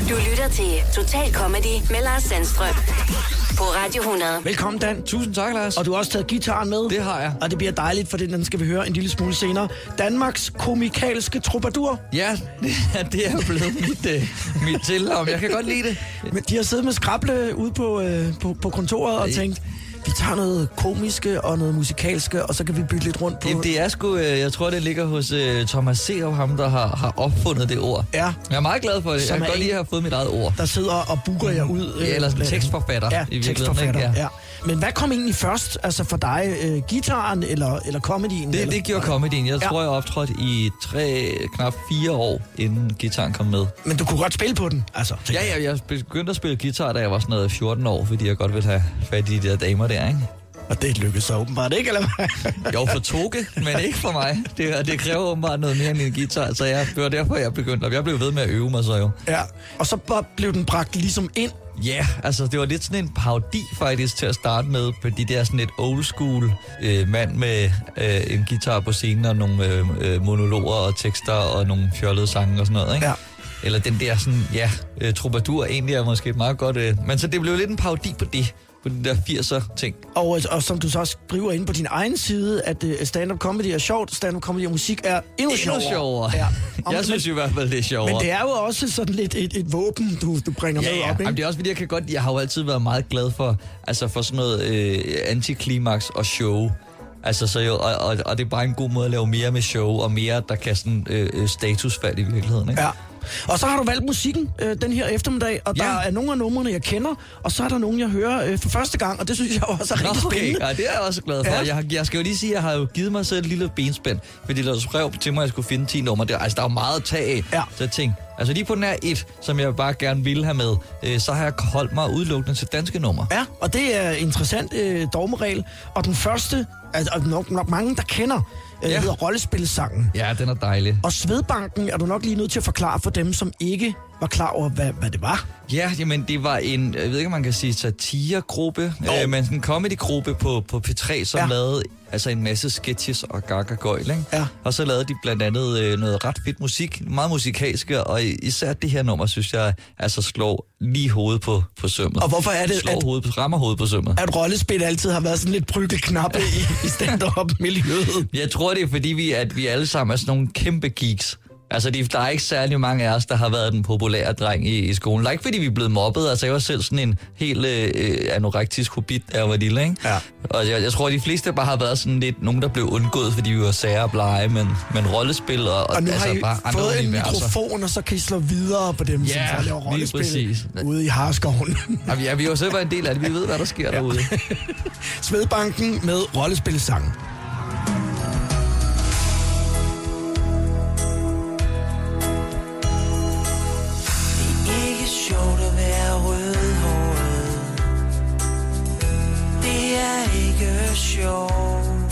Du lytter til Total Comedy med Lars Sandstrøm på Radio 100. Velkommen, Dan. Tusind tak, Lars. Og du har også taget gitaren med. Det har jeg. Og det bliver dejligt, for den skal vi høre en lille smule senere. Danmarks komikalske troubadour. Ja, det er jo blevet mit tilnavn. Jeg kan godt lide det. Men de har siddet med skrable ude på kontoret og tænkt, vi tager noget komiske og noget musikalske, og så kan vi bytte lidt rundt på... Jamen, det er sgu, jeg tror, det ligger hos Thomas Serup, ham der har opfundet det ord. Ja. Jeg er meget glad for det. Jeg kan godt lide at have fået mit eget ord. Der sidder og booker jer ud. Ja, eller sådan tekstforfatter. Ja, i tekstforfatter. Ja. Ja. Men hvad kom egentlig først? Altså for dig, gitaren eller comedyen? Det gjorde comedyen. Jeg tror, jeg optrådte i knap 4 år, inden gitaren kom med. Men du kunne godt spille på den? Altså, Ja, jeg begyndte at spille guitar, da jeg var sådan noget 14 år, fordi jeg godt ville have fat i de der damer der, ikke? Og det lykkedes så åbenbart ikke, eller hvad? Jo, for Toge, men ikke for mig. Det kræver åbenbart noget mere end en guitar, så det var derfor, jeg begyndte. Og jeg blev ved med at øve mig så jo. Ja, og så blev den bragt ligesom ind. Ja, altså det var lidt sådan en parodi faktisk til at starte med, fordi det er sådan et old school mand med en guitar på scenen og nogle monologer og tekster og nogle fjollede sange og sådan noget, ikke? Ja. Eller den der sådan, troubadour egentlig er måske et meget godt... men så det blev lidt en parodi på det. På den der 80'er ting. Og som du så også skriver inde på din egen side, at stand-up comedy er sjovt, stand-up comedy og musik er endnu sjovere. Ja. Jeg synes i hvert fald, det er sjovere. Men det er jo også sådan lidt et våben, du bringer med op, ikke? Jamen, det er også fordi, jeg har jo altid været meget glad for, altså for sådan noget antiklimaks og show. Altså, så jo, og det er bare en god måde at lave mere med show, og mere, der kan sådan statusfald i virkeligheden, ikke? Ja. Og så har du valgt musikken den her eftermiddag, og der er nogle af numrene, jeg kender, og så er der nogle, jeg hører for første gang, og det synes jeg også er rigtig spændende. Ja, det er jeg også glad for. Ja. Jeg skal jo lige sige, at jeg har jo givet mig selv et lille benspænd, fordi der skrev til mig, at jeg skulle finde 10 numre. Der er jo meget at tage af. Ja. Så jeg tænkte, altså lige på den her 1, som jeg bare gerne ville have med, så har jeg holdt mig udelukkende til danske numre. Ja, og det er interessant dogmeregel. Og den første, altså nok mange, der kender, hedder Rollespilsangen. Ja, den er dejlig. Og Svedbanken er du nok lige nødt til at forklare for dem, som ikke var klar over, hvad det var. Ja, jamen det var en, jeg ved ikke, om man kan sige satiregruppe, men en comedygruppe på P3, som lavede altså en masse sketches og gag-gøjl, ikke? Ja. Og så lavede de blandt andet noget ret fedt musik, meget musikalske, og især det her nummer, synes jeg, altså slår lige hovedet på sømmet. Og hvorfor er det, rammer hovedet på sømmet? At rollespil altid har været sådan lidt bryggelknappe i stand-up-miljøet? Jeg tror, det er fordi, vi alle sammen er sådan nogle kæmpe geeks. Altså, der er ikke særlig mange af os, der har været den populære dreng i skolen. Ikke fordi vi er blevet mobbet. Altså, jeg var selv sådan en helt anorektisk hobbit, da jeg var lille, ikke? Ja. Og jeg tror, de fleste bare har været sådan lidt nogen, der blev undgået, fordi vi var sære og blege, men rollespil og nu altså, har I bare andre fået en universer. Mikrofon, og så kan I slå videre på dem, som får lavet rollespil ude i Harskoven. Ja, vi har jo selv været en del af det. Vi ved, hvad der sker derude. Svedbanken med Rollespilsangen. Sjovt at være rødhåret. Det er ikke sjovt.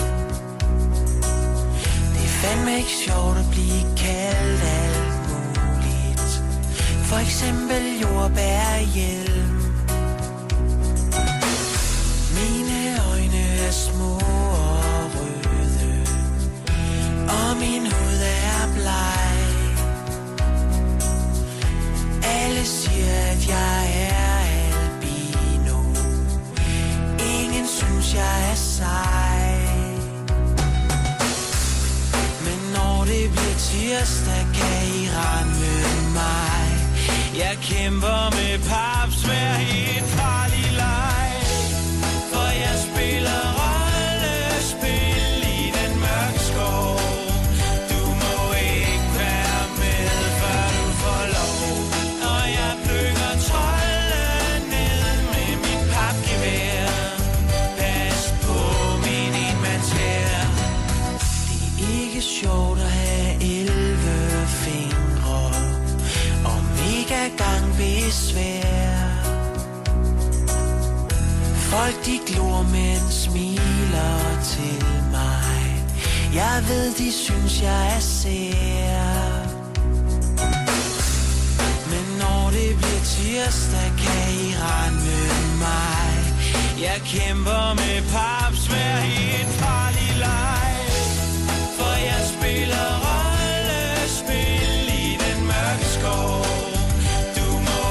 Det er fandme ikke sjovt at blive kaldt alt muligt. For eksempel jordbærhjelm. Mine øjne er små og røde, og min hud er bleg. Alle siger, at jeg er albino. Ingen synes, jeg er sej. Men når det bliver tirsdag, kan I ramme mig. Jeg kæmper med papsvær i et farligt leg. For jeg spiller rollespil i den mørke skov. Du må ikke være med, før du får lov. Sjovt at have 11 fingre og mega gang besvær. Folk de glor, men smiler til mig. Jeg ved, de synes, jeg er sær. Men når det bliver tirsdag, kan I ramme mig. Jeg kæmper med papsvær i et farligt leg. For jeg spiller rollespil i den mørke skov. Du må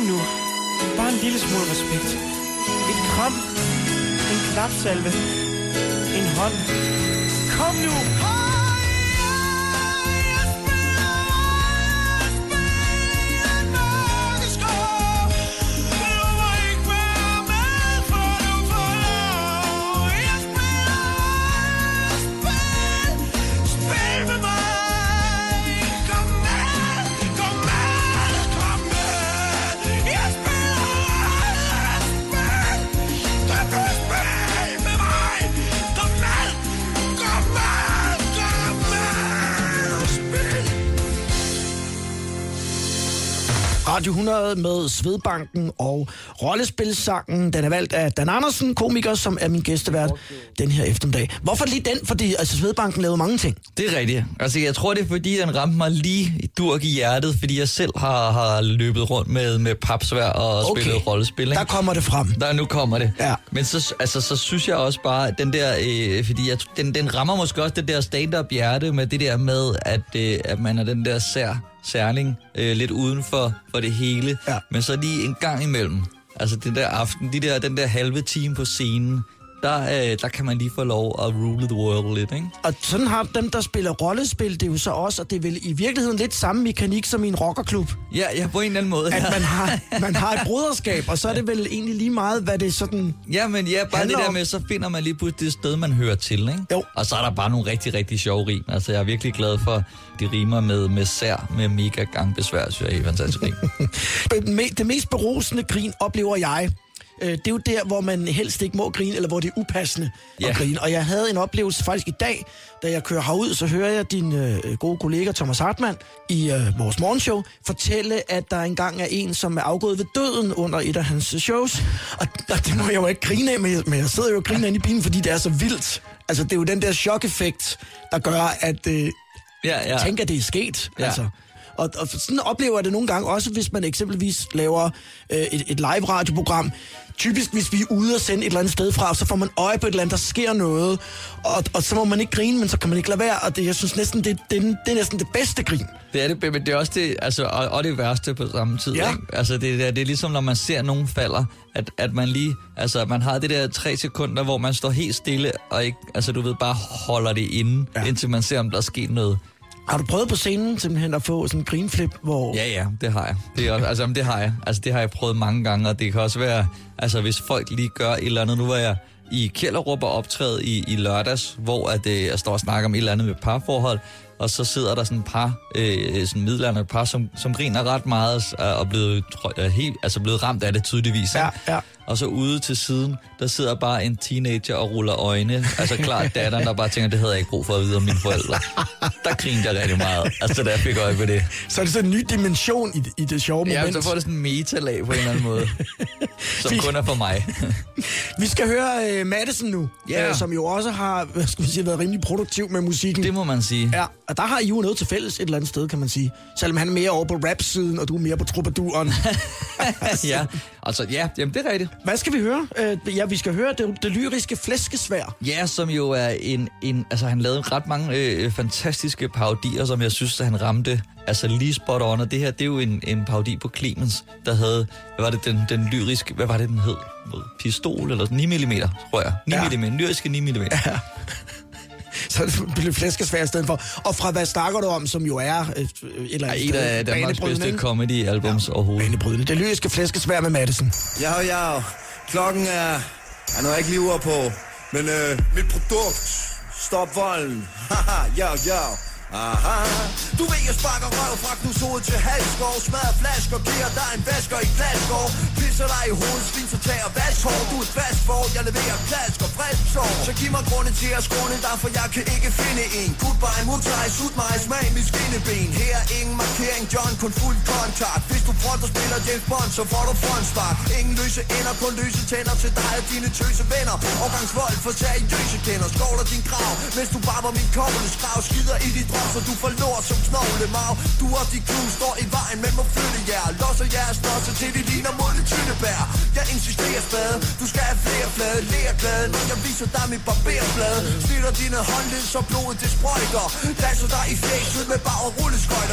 nu. Bare en lille smule respekt. Et kram. En klapsalve. En hånd. Kom nu. Radio 100 med Svedbanken og rollespilsangen. Den er valgt af Dan Andersen, komiker, som er min gæstevært den her eftermiddag. Hvorfor lige den? Fordi Svedbanken lavede mange ting. Det er rigtigt. Altså, jeg tror, det er fordi, den ramte mig lige i durk i hjertet, fordi jeg selv har løbet rundt med papsvær og spillet rollespil. Ikke? Der kommer det frem. Nu kommer det. Ja. Men så synes jeg også bare, at den der, fordi den rammer måske også det der stand-up hjerte med det der med, at man er den der særling lidt uden for det hele, ja. Men så lige en gang imellem, altså den der aften, den der halve time på scenen, der kan man lige få lov at rule the world lidt, ikke? Og sådan har dem, der spiller rollespil, det er jo så også, og det er vel i virkeligheden lidt samme mekanik som i en rockerklub. Ja, på en eller anden måde. At man har et broderskab, og så er det vel egentlig lige meget, hvad det sådan bare det der med, så finder man lige pludselig det sted, man hører til, ikke? Jo. Og så er der bare nogle rigtig, rigtig sjove rim. Altså, jeg er virkelig glad for, de rimer med sær, med mega gangbesvær, synes jeg er fantastisk rim. Det mest berusende grin oplever jeg. Det er jo der, hvor man helst ikke må grine, eller hvor det er upassende at grine. Og jeg havde en oplevelse faktisk i dag, da jeg kører herud, så hører jeg din gode kollega Thomas Hartmann i vores morgenshow fortælle, at der engang er en, som er afgået ved døden under et af hans shows. Og det må jeg jo ikke grine af, men jeg sidder jo og griner inde i bilen, fordi det er så vildt. Altså, det er jo den der chok-effekt, der gør, at tænker, at det er sket. Ja. Altså. Og sådan oplever jeg det nogle gange, også hvis man eksempelvis laver et live-radioprogram. Typisk, hvis vi er ude og sende et eller andet sted fra, så får man øje på et eller andet, der sker noget, og så må man ikke grine, men så kan man ikke lade være, og jeg synes næsten, det er næsten det bedste grin. Det er det, men det er også det, altså, og det værste på samme tid, ikke? Altså, det er ligesom, når man ser nogen falder, at man lige, altså, man har det der 3 sekunder, hvor man står helt stille, og ikke, altså, du ved, bare holder det inde, indtil man ser, om der er sket noget. Har du prøvet på scenen simpelthen at få sådan en grinflip, hvor... Ja, det har jeg. Det har jeg. Altså, det har jeg prøvet mange gange, og det kan også være, altså, hvis folk lige gør et eller andet. Nu var jeg i Kjellerup og optræde i lørdags, hvor jeg står og snakker om et eller andet med parforhold, og så sidder der sådan et par, sådan middelaldrende par, som griner ret meget, og blevet ramt af det tydeligvis. Ja. Og så ude til siden, der sidder bare en teenager og ruller øjne. Altså klart datteren, der bare tænker, det havde jeg ikke brug for at vide om mine forældre. Der grinte jeg rigtig meget, altså da jeg fik øje på det. Så er det sådan en ny dimension i det sjove moment. Ja, så får det sådan en metalag på en eller anden måde, som kun er for mig. Vi skal høre Madison nu, som jo også har været rimelig produktiv med musikken. Det må man sige. Ja, og der har I jo noget til fælles et eller andet sted, kan man sige. Selvom han er mere over på rap-siden, og du er mere på troubaduren. Ja, altså jamen det er rigtigt. Hvad skal vi høre? Vi skal høre det lyriske flæskesvær. Ja, som jo er altså han lavede ret mange fantastiske parodier, som jeg synes, at han ramte altså lige spot on. Og det her, det er jo en parodi på Clemens, der havde, hvad var det, den lyriske, hvad var det, den hed? Pistol eller 9 mm, tror jeg. 9 mm, lyriske 9 mm. Ja. Så det blev flæskesvær i stedet for. Og fra hvad snakker du om, som jo er et af Danmarks bedste comedy-albums overhovedet. Banebrydende. Det lyriske flæskesvær med Madison. Ja. Klokken er nu er jeg ikke lige på, men mit produkt. Stop volden. Haha, ja. Aha. Du ved, jeg sparker røv fra knushoved til halsgård. Smadrer flasker, giver dig en vasker i glasgård. Pisser dig i hovedet, svin, så tager vaskehår. Du er et fastfor, jeg leverer plask og frisk sår. Så giv mig grunde til at skråne, derfor jeg kan ikke finde en. Goodbye, modtag, sut mig, smag mit skinneben. Her er ingen markering, John, kun fuld kontakt. Hvis du front og spiller James Bond, så får du frontspark. Ingen løse ender, kun løse tænder til dig og dine tøse venner. Årgangsvold for seriøse kender. Skåler din grav, mens du barber min kobbelskrav. Skider i dit så du får lort som knoglemarv. Du og de crew står i vejen, men må flytte jer. Losser jeres losser til de ligner mod det tyndebær. Jeg insisterer spade, du skal have flere flade. Lær glade, når jeg viser dig mit barberblad. Snitter dine håndled, så blodet det sprøjter. Danser dig i fæslet med bag og rulleskøjter. Hvis du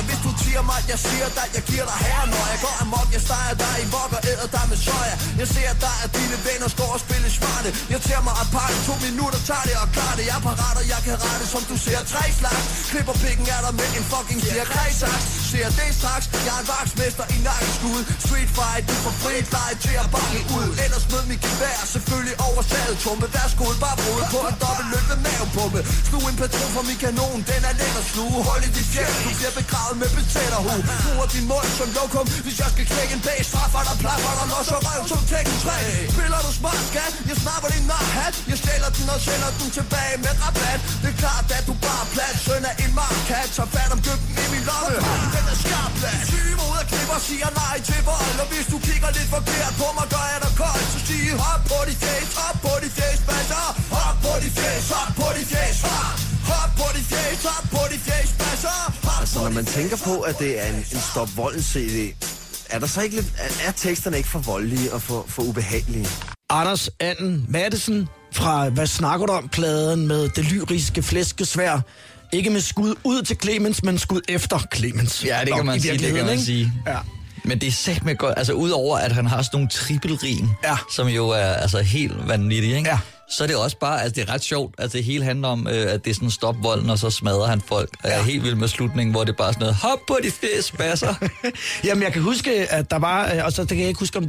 siger mig, jeg siger dig, jeg giver dig her. Når jeg går amok, jeg steger dig i vok og æder dig med soja. Jeg ser dig, at dine venner står og spiller smarte. Jeg tager mig apart i 2 minutter, tager det og klarer det. Jeg er parat, og jeg kan rette, som du ser 3 slags. Klipper pikken af dig med en fucking fjerkræsaks. Ser det straks, jeg er en vaksmester i nakkeskud. Street fight, du får frit leje til at bange ud. Ellers med mit gevær, selvfølgelig over salgtumpe. Værsgo, bare brud på en dobbeltløb med mavepumpe. Slug en patron fra min kanon, den er let at sluge. Hold i dit fjern, du bliver begravet med betætterhue. Bruger din mund som lokum, hvis jeg skal knække en bag. Straffer dig, plaffer dig, losser røv som Tekken 3. Spiller du smart, skat? Jeg snapper din narhat. Jeg stjæler den og sender den tilbage med rabat. Det er klart, at du bare er plat. Søn af en markat, så fat om dybden i min lomme. Den er skarp plat. 20 ud af klipper siger nej til vold. Og hvis du kigger lidt forkert på mig, gør jeg dig kold. Så sig hop på dit face, hop på dit face, basser. Hop på dit face, hop på dit face, hop på dit face, hop på dit face, basser. Altså, når man tænker på, at det er en Stop Volden-CD, er der så ikke lidt, er teksterne ikke for voldelige og for ubehagelige? Anders Anden Mattesen fra Hvad snakker du om? Pladen med det lyriske flæskesvær. Ikke med skud ud til Clemens, men skud efter Clemens. Ja, det kan man sige, det kan man sige. Ja. Men det er sæt med godt, altså udover at han har sådan nogle trippelrim, som jo er altså helt vanvittige, ikke? Ja. Så er det også bare, altså det er ret sjovt, at det hele handler om, at det er sådan stop volden, og så smadrer han folk. Og jeg er helt vild med slutningen, hvor det er bare sådan noget, hop på de fæs, basser. Jamen jeg kan huske, at der var, og så kan jeg ikke huske,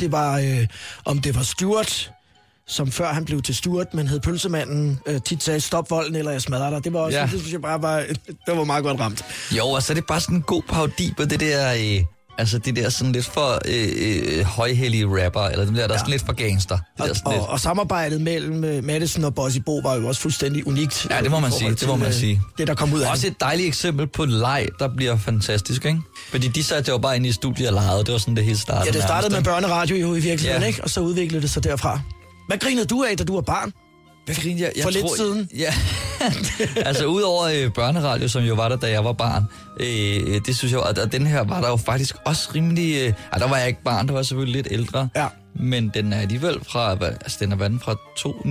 om det var Stuart, som før han blev til Stuart, men hed pølsemanden, tit sagde, stop volden, eller jeg smadrer dig. Det var også, det synes jeg bare var, det var meget godt ramt. Jo, og så er det bare sådan en god parodi på det der... Altså det der sådan lidt for højhellige rapper, eller dem der er sådan lidt for gangster. Og samarbejdet mellem Madison og Bossy Bo var jo også fuldstændig unikt. Ja, det må man sige, det må man sige. Det der kom ud af også et dejligt eksempel på leg, der bliver fantastisk, ikke? Fordi de satte jo bare ind i studiet og legede, det var sådan det hele startede. Ja, det startede med børneradio jo i virkeligheden, ikke? Og så udviklede det sig derfra. Hvad grinede du af, da du var barn? Jeg for lidt siden? Ja, altså udover børneradio, som jo var der, da jeg var barn, det synes jeg, og den her var der jo faktisk også rimelig... der var jeg ikke barn, der var selvfølgelig lidt ældre. Ja. Men den er alligevel fra, altså den er vandet fra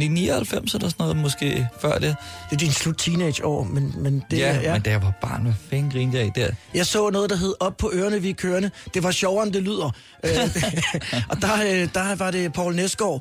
99 eller sådan noget, måske før det. Det er din slut teenageår, men det ja, men da jeg var barn, hvad fanden grinede jeg i der? Jeg så noget, der hed Op på ørerne, vi er kørende. Det var sjovere, end det lyder. Og der var det Poul Næsgaard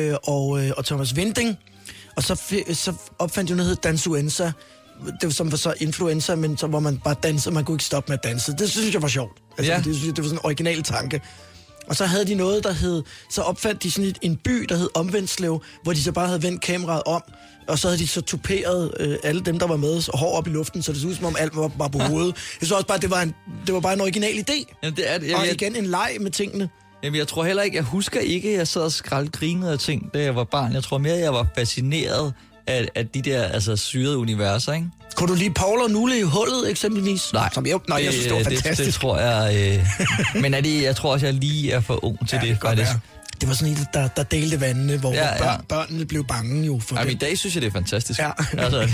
og Thomas Winding. Og så opfandt jeg noget, der hed Dansuenza. Det var som var så influenza, men så hvor man bare dansede, man kunne ikke stoppe med at danse. Det synes jeg var sjovt. Altså, det synes jeg, det var sådan en original tanke. Og så havde de noget, der hed... Så opfandt de sådan en by, der hed Omvendslev, hvor de så bare havde vendt kameraet om, og så havde de så tuperet alle dem, der var med, så hår op i luften, så det så ud som om alt var bare på hovedet. Jeg synes også bare, det var bare en original idé. Jamen, det er det. Og igen en leg med tingene. Jamen, jeg tror heller ikke, jeg husker ikke, at jeg sad og grinede af ting, da jeg var barn. Jeg tror mere, jeg var fascineret af de der altså, syrede universer, ikke? Kunne du lide Paul og Nulle i hullet, eksempelvis? Nej, jeg synes, det var fantastisk. Det tror jeg... men jeg tror også, jeg lige er for ung til det, faktisk. Det var sådan en, der delte vandene, hvor børnene blev bange jo for det. I dag synes jeg, det er fantastisk. Ja. Altså,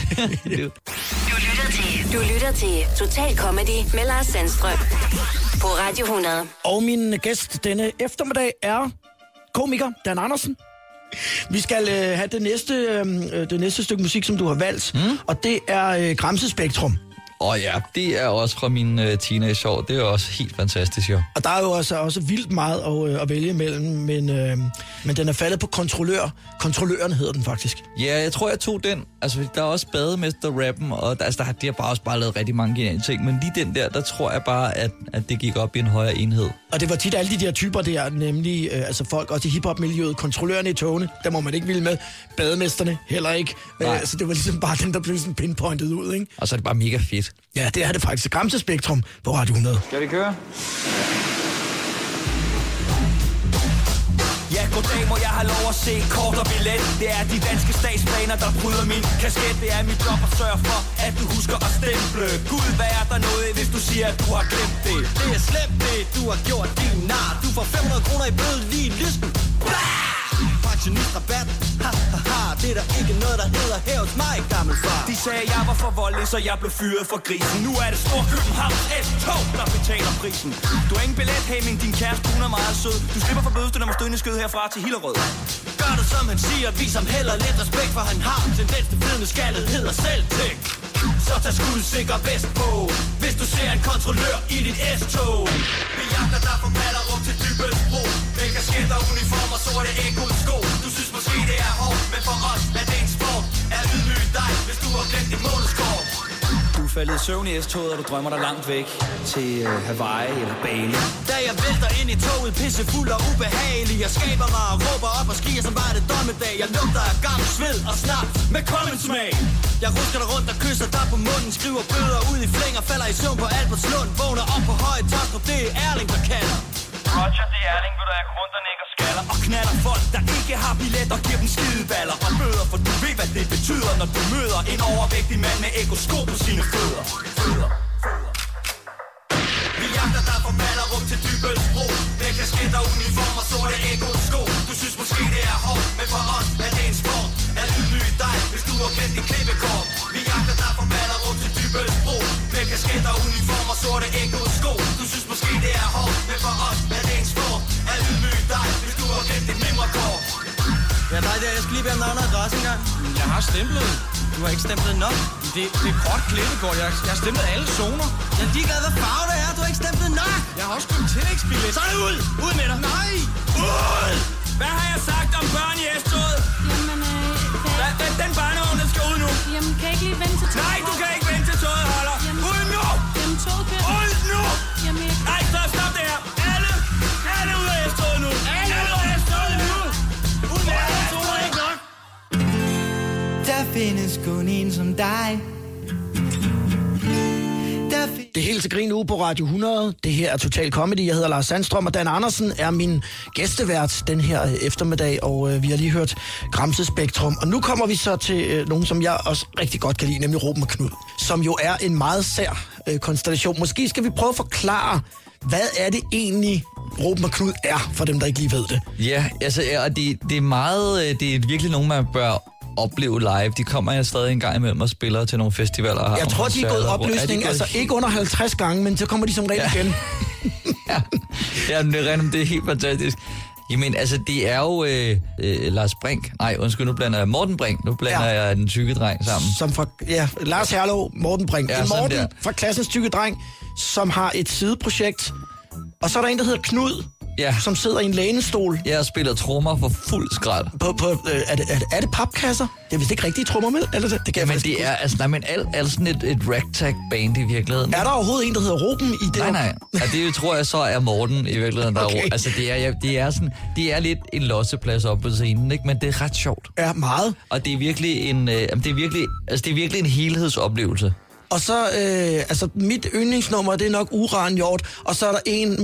Du lytter til Total Comedy med Lars Sandstrøm på Radio 100. Og min gæst denne eftermiddag er komiker Dan Andersen. Vi skal have det næste stykke musik, som du har valgt, og det er Gramsespektrum. Ja, det er også fra min teenageår. Det er også helt fantastisk, jo. Og der er jo også vildt meget at vælge imellem, men den er faldet på Kontrollør. Kontrolløren hedder den faktisk. Ja, jeg tror, jeg tog den. Altså, der er også Bademester-rappen, og de har bare også bare lavet rigtig mange geniale ting, men lige den der tror jeg bare, at det gik op i en højere enhed. Og det var tit alle de der typer der, nemlig altså folk også i hiphop-miljøet, kontrollørerne i togene, der må man ikke ville med, bademesterne heller ikke. Så det var ligesom bare den, der blev sådan pinpointet ud, ikke? Og så er det bare mega fedt. Ja, det er det faktisk. Gramsespektrum på Radio 100. Skal vi køre? Ja, goddag, må jeg have lov at se kort og billet. Det er de danske statsplaner, der bryder min kasket. Det er mit job at sørge for, at du husker at stemple. Gud, hvad er der noget, hvis du siger, at du har glemt det? Det er slemt det, du har gjort din nar. Du får 500 kroner i bøde lige i lysken. Pensionistrabat, det er der ikke noget, der hedder her hos mig, gammel far. De sagde, jeg var for voldelig, så jeg blev fyret for grisen. Nu er det Storkøbenhavns S-tog, der betaler prisen. Du har ingen billet, Hemming, din kæreste, hun er meget sød. Du slipper for bødestød, når man stødende skød herfra til Hillerød. Gør det som han siger, vis ham heller lidt respekt, for han har tendens til fedende skaldet, hedder selvtægt. Så tag skudsikker vest på, hvis du ser en kontrol. kontrollør i dit S-tog. Vi jagter dig fra Ballerup til Dybølsbro. Med kasketter, uniformer, sorte sko. Du synes måske det er hårdt, men for os er det en sport. Er ydmyg dig, hvis du har glemt dit måneskår. Du er faldet i søvn i S-toget, og du drømmer dig langt væk til Hawaii eller Bali. Da jeg vælter ind i toget, pissefuld og ubehagelig. Jeg skaber mig og råber op og skriger som bare det dommedag. Jeg lugter af gammel sved og snart med kommensmag. Jeg rusker dig rundt og kysser dig på munden. Skriver bøder ud i flænger, falder i søvn på Albertslund. Vågner op på Høje Tostrup, det er Erling, der kalder. Roger, det er Erling, vil du have grund, der nikker skaller. Og knaller folk, der ikke har billet og giver dem skideballer og bøder. For du ved, hvad det betyder, når du møder en overvægtig mand med ekosko på sine fødder. Vi jagter dig fra Ballerup til Dybølsbro. Med kasketter, uniformer, sorte sko. Du synes måske det er hårdt, men for os er det en sport. Er ydmyg dig, hvis du har glemt dit klippekort. Vi jagter dig fra Ballerup til Dybølsbro. Med kasketter, uniformer, sorte sko. Du synes måske det er hårdt, men for os er det en sport. Er ydmyg dig, hvis du har glemt dit mimrekort. Ja, nej, jeg skal lige bede om navn og adresse engang. Jeg har stemplet. Du har ikke stemplet nok. Det er kort klippekort. Jeg har stemplet alle zoner. Jeg er ligeglad, hvad farve det er. Du har ikke stemplet nok. Jeg har også købt tillægsbillet. Så er det ud! Ud med dig! Nej! Ud! Hvad har jeg sagt om børn i S-toget? Jamen, den barnevogn, den skal ud nu. Jamen, kan jeg ikke lige vente til toget? Nej, du kan ikke vente til toget holder. Jamen, ud nu! Jamen, toget kører. Ud nu! Jamen, nej, stop det her. Alle ud af S-toget nu. Alle ud af S-toget nu. Ud med S-toget, ikke nok. Der findes kun en som dig. Det er helt til grin uge på Radio 100. Det her er Total Comedy. Jeg hedder Lars Sandstrøm, og Dan Andersen er min gæstevært den her eftermiddag, og vi har lige hørt Gramse Spektrum. Og nu kommer vi så til nogen, som jeg også rigtig godt kan lide, nemlig Ruben og Knud, som jo er en meget sær konstellation. Måske skal vi prøve at forklare, hvad er det egentlig, Ruben og Knud er, for dem, der ikke lige ved det. Ja, altså, og det er meget, det er virkelig nogen, man bør opleve live. De kommer jeg stadig en gang imellem og spiller til nogle festivaler. Og jeg tror, de er gået opløsning, altså ikke under 50 gange, men så kommer de som regel igen. Ja, det er helt fantastisk. Jamen, altså, det er jo Lars Brink. Nej, undskyld, nu blander jeg Morten Brink. Nu blander jeg den tykke dreng sammen. Som fra, Lars Herlov, Morten Brink. Ja, Morten fra klassens tykke dreng, som har et sideprojekt. Og så er der en, der hedder Knud, som sidder i en lænestol. Ja, og spiller trommer for fuld skrald. Er det papkasser? Det er vist ikke rigtige trommer med? Eller det kan men det er, altså, nej, men alt sådan et ragtag-band i virkeligheden. Er der overhovedet en, der hedder Ruben i det? Nej. Ja, det tror jeg så er Morten i virkeligheden, der okay. Altså, det er lidt en losseplads op på scenen, ikke? Men det er ret sjovt. Ja, meget. Og det er virkelig det er virkelig en helhedsoplevelse. Og så, mit yndlingsnummer, det er nok Uranhjort. Og så er der en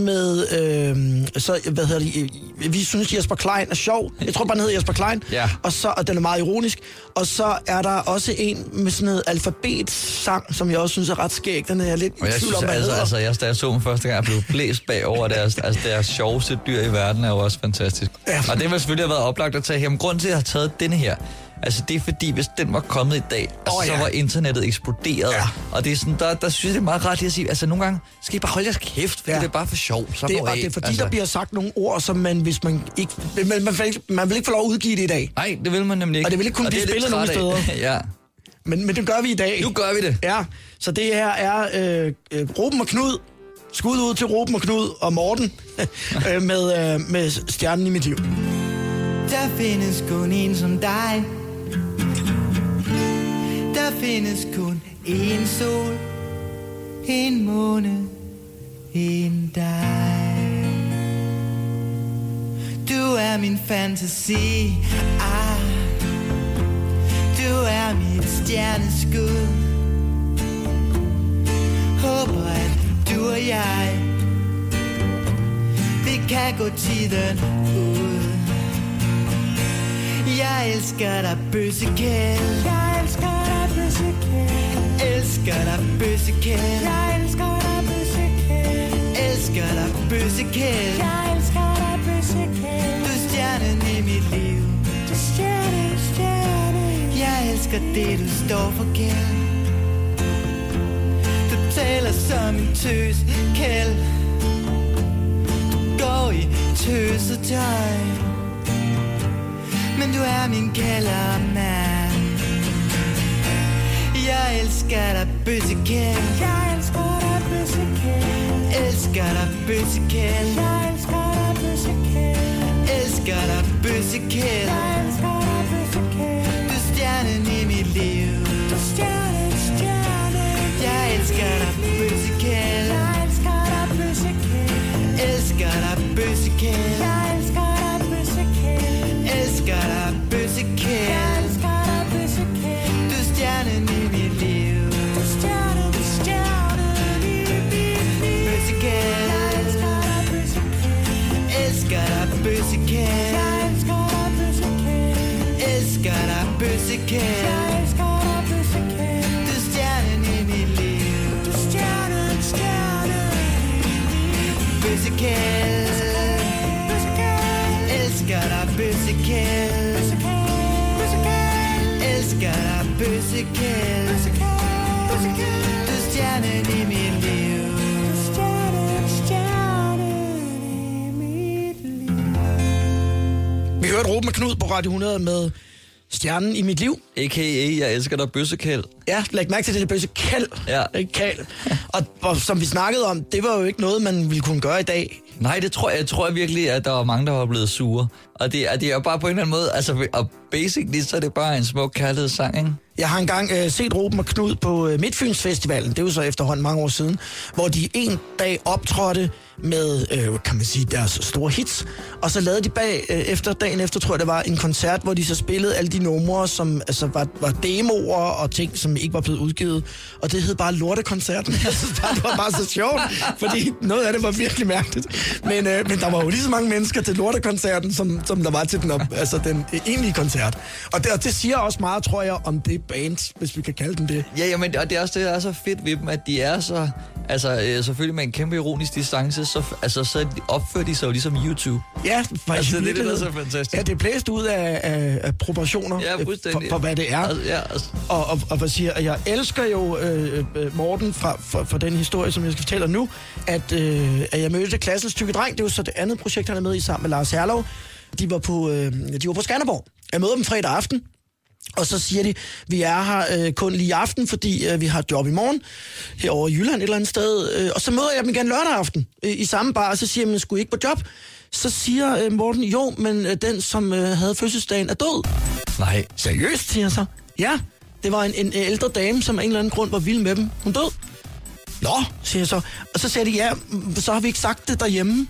med, vi synes Jesper Klein er sjov. Jeg tror bare, den hedder Jesper Klein. Ja. Og den er meget ironisk. Og så er der også en med sådan noget alfabetsang, som jeg også synes er ret skæg. Den er jeg lidt i tvivl om, hvad hedder. Da jeg så dem første gang, jeg blev blæst bagover deres sjoveste dyr i verden, er jo også fantastisk. Ja. Og det vil selvfølgelig have været oplagt at tage her. Men grunden til, at jeg har taget denne her, altså det er fordi, hvis den var kommet i dag, så var internettet eksploderet. Ja. Og det er sådan, der synes jeg, det er meget ret at sige, altså nogle gange skal I bare holde jeres kæft, for det er bare for sjov. Så det er fordi, der bliver sagt nogle ord, som man vil ikke få lov at udgive det i dag. Nej, det vil man nemlig ikke. Og det vil ikke kunne blive spillet nogen steder. Ja. Men det gør vi i dag. Nu gør vi det. Ja, så det her er Ruben og Knud. Skud ud til Ruben og Knud og Morten med Stjernen i mit liv. Der findes kun en som dig. Der findes kun en sol, en måne, en dig. Du er min fantasi, du er mit stjerneskud. Håber at du og jeg, vi kan gå tiden ud. Jeg elsker dig, bøssekæl. Jeg elsker dig, bøssekæl. Elsker dig, bøssekæl. Jeg elsker dig, bøssekæl. Elsker dig, bøssekæl. Jeg elsker dig, bøssekæl. Du er stjernen i mit liv. Du er stjerne. Jeg elsker det, du står for, kæl. Du taler som en tøskæl. Du går i tøsetøj. Men du er min kældermand. Jeg elsker dig, bøssekæl. Jeg elsker dig, bøssekæl. elsker dig, bøssekæld. Jeg elsker dig, bøssekæld. Elsker dig, bøssekæld. Jeg elsker dig, bøssekæld. Du er stjernen i mit liv. Du er stjerne. Jeg elsker dig, bøssekæld. Jeg elsker dig, bøssekæld. Elsker dig, bøssekæld. Jeg elsker dig, bøssekæld. Elsker dig, bøssekæld. Jeg elsker dig, bøssekæld. Du er stjernen i mit liv. Du er stjernen i mit liv. Bøssekæld. Jeg elsker dig, bøssekæld. Elsker dig, bøssekæld. Jeg elsker dig, bøssekæld. Elsker dig, bøssekæld. Jeg elsker dig, bøssekæld. Du er stjernen i mit liv. Du er stjernen bøssekæld. Elsker dig, bøssekæld. Elsker dig, bøssekæld. Du er stjernen i mit liv. Vi hørte Ruben og Knud på Radio 100 med Stjernen i mit liv. A.k.a. Jeg elsker dig, bøssekæld. Ja, læg mærke til det bøssekæld. Ja. Ikke kald. Og som vi snakkede om, det var jo ikke noget, man ville kunne gøre i dag. Nej, det tror jeg tror virkelig, at der var mange, der var blevet sure. Og det er jo bare på en eller anden måde, altså, og basically, så er det bare en smuk kærlighedssang, ikke? Jeg har engang set Ruben og Knud på Midtfyns Festivalen, det er jo så efterhånden mange år siden, hvor de en dag optrådte med, kan man sige, deres store hits, og så lavede de dagen efter, tror jeg det var, en koncert, hvor de så spillede alle de numre, som altså var demoer og ting, som ikke var blevet udgivet, og det hed bare Lortekoncerten. Jeg synes bare, det var bare så sjovt, fordi noget af det var virkelig mærkeligt. Men der var jo lige så mange mennesker til Lortekoncerten, som der var til den egentlige koncert. Og det siger også meget, tror jeg, om det band, hvis vi kan kalde dem det. Ja, men og det er også det, der er så fedt ved dem, at de er så, altså selvfølgelig med en kæmpe ironisk distance, så opfører de sig jo ligesom YouTube. Ja, altså, det er det, der er så fantastisk. Ja, det er blæst ud af proportioner for hvad det er. Ja, og hvad siger jeg elsker jo Morten fra den historie, som jeg skal fortælle nu, at jeg mødte Klassens Tykke Dreng. Det er jo så det andet projekt, han er med i sammen med Lars Herlov. De var på Skanderborg. Jeg møder dem fredag aften. Og så siger de, vi er her kun lige i aften, fordi vi har et job i morgen, herovre i Jylland et eller andet sted. Og så møder jeg dem igen lørdag aften i samme bar, og så siger man, skulle I ikke på job? Så siger Morten, jo, men den, som havde fødselsdagen, er død. Nej. Seriøst, siger jeg så. Ja, det var en ældre dame, som af en eller anden grund var vild med dem. Hun død. Nå, siger jeg så. Og så siger de, ja, så har vi ikke sagt det derhjemme.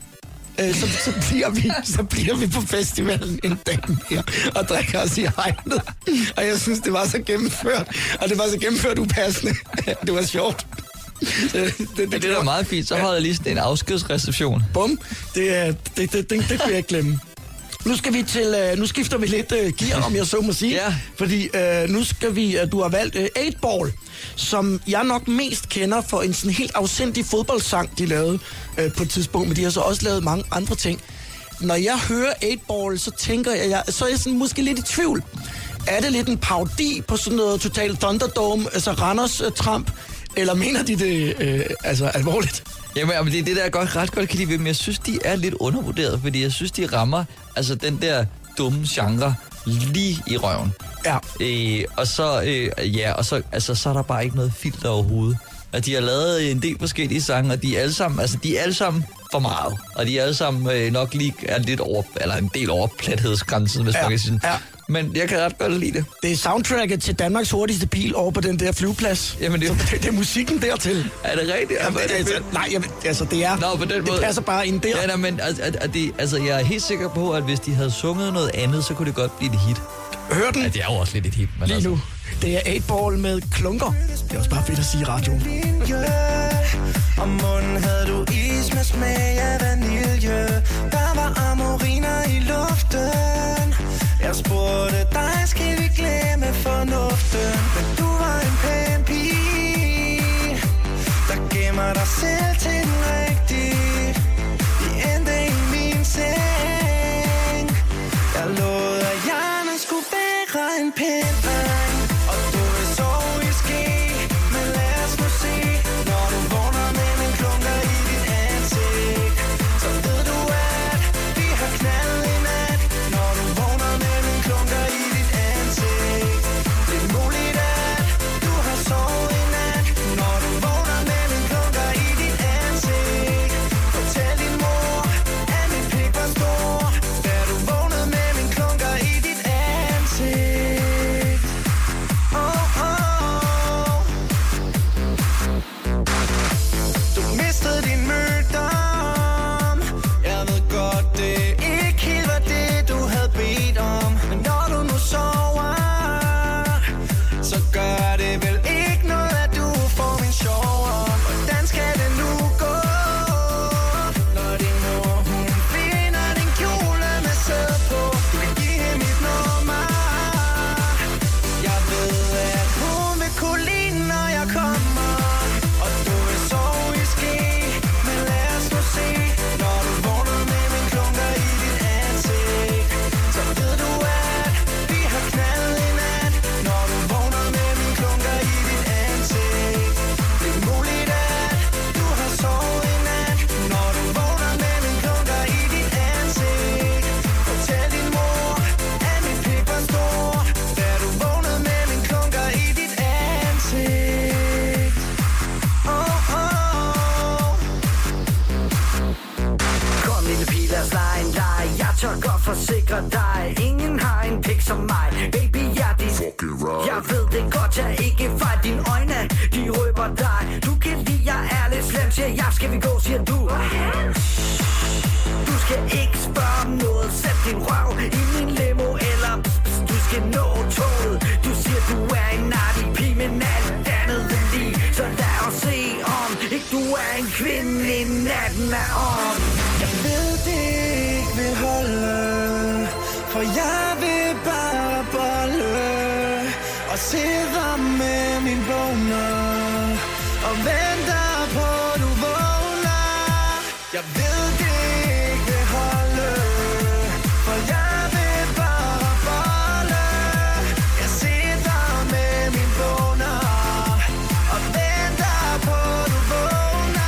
Så bliver vi på festivalen en dag mere og drikker os i hegnet. Og jeg synes, det var så gennemført. Og det var så gennemført upassende. Det var sjovt. Det er da meget fint. Så havde jeg lige sådan en afskedsreception. Bum. Det kunne jeg ikke glemme. Nu skifter vi lidt gear, om jeg så må sige. Ja. Fordi nu skal vi, du har valgt 8Ball, som jeg nok mest kender for en sådan helt afsindig fodboldsang, de lavede på et tidspunkt, men de har så også lavet mange andre ting. Når jeg hører 8Ball, så tænker så er jeg sådan måske lidt i tvivl. Er det lidt en parodi på sådan noget Total Thunderdome, altså Randers Tramp, eller mener de det alvorligt? Jamen, det er det, der ret godt kan lide ved, men jeg synes, de er lidt undervurderet, fordi jeg synes, de rammer altså den der dumme genre lige i røven. Ja. Så er der bare ikke noget filter overhovedet. Og de har lavet en del forskellige sange, og de er alle sammen for meget. Og de er alle sammen nok lige en del over plathedsgrænsen, hvis man kan sige. Ja. Men jeg kan ret godt lide det. Det er soundtracket til Danmarks hurtigste bil over på den der flyveplads. Jamen det er musikken dertil. Er det rigtigt? Det passer bare ind der. Ja, men jeg er helt sikker på, at hvis de havde sunget noget andet, så kunne det godt blive et hit. Hør den. Ja, det er jo også lidt et hit. Men lige nu. Det er 8Ball med klunker. Det er også bare fedt at sige i radioen. Om munden havde du is med smag af vanilje. Der var amoriner i luften. Jeg spurgte dig, skal vi glemme fornuften? Men du var en pæn pige, der gemmer dig selv til den rigtige. Vi endte i min seng. Jeg lovede, at jeg skulle være en pæn dreng. Og du vil sove i ske, men lad os nu se. Når du vågner med min klunker i dit ansigt, så ved du, at vi har knaldet i nat. Når du vågner med min klunker i dit ansigt, det er muligt, at du har sovet i nat. Når du vågner med min klunker i dit ansigt. tør godt forsikre dig. Ingen har en pik som mig. Baby, jeg er din right. Jeg ved det godt, jeg ikke fejl. Dine øjne, de røber dig. Du kan lide, jeg er lidt slem. Siger jeg, skal vi gå, siger du. Du skal ikke spørge om noget. Sæt din røv i min limo. Eller du skal nå toget. Du siger, du er en nartig pige, men alt andet end lige. Så lad os se om ikke du er en kvinde, i natten er om. Jeg ved det ikke vil holde, for jeg vil bare bolle og sidder med min boner og venter på du vågner. Jeg ved det ikke vil holde, for jeg vil bare bolle. Jeg sidder med min boner og venter på du vågner.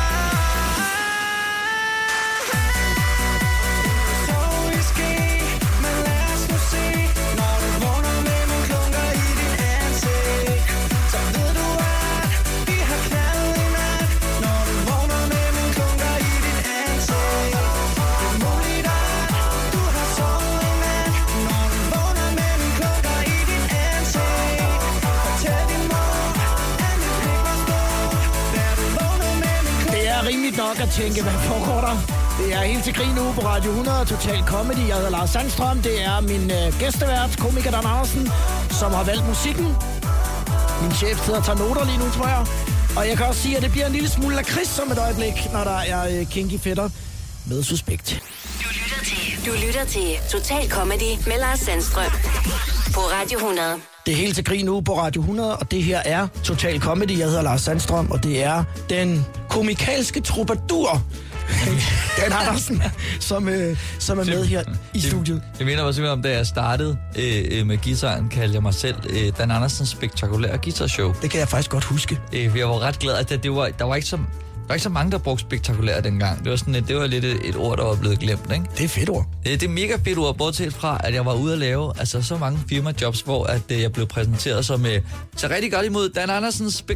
Så i ski, men lad os nu se, når du vågner med min klunker i dit ansigt. Så ved du at vi har knaldet i nat, når du vågner med min klunker i dit ansigt. Det er muligt at du har sovet i nat, når du vågner med min klunker i dit ansigt. Fortæl din mor, at min pik var stor, da du vågnede med min klunker. Det er rimeligt nok at tænke, hvad foregår der? Det er helt til grin uge på Radio 100, Total Comedy. Jeg hedder Lars Sandstrøm. Det er min gæstevært, komiker Dan Andersen, som har valgt musikken. Min chef sidder og tager noter lige nu, tror jeg. Og jeg kan også sige, at det bliver en lille smule lakrids om et øjeblik, når der er kinky fætter med Suspekt. Du lytter til Total Comedy med Lars Sandstrøm på Radio 100. Det er helt til grin uge på Radio 100, og det her er Total Comedy. Jeg hedder Lars Sandstrøm, og det er den komikalske troubadour, Dan Andersen, som er med her i studiet. Jeg mener simpelthen om, da jeg startede med guitaren, kaldte jeg mig selv Dan Andersens spektakulære guitarshow. Det kan jeg faktisk godt huske. Jeg var ret glad, at der var ikke så mange, der brugte spektakulær dengang. Det var lidt et ord, der var blevet glemt, ikke? Det er fedt ord. Det er mega fedt ord, bortset fra, at jeg var ude at lave så mange firmajobs, hvor at jeg blev præsenteret som så rigtig godt imod Dan Andersens så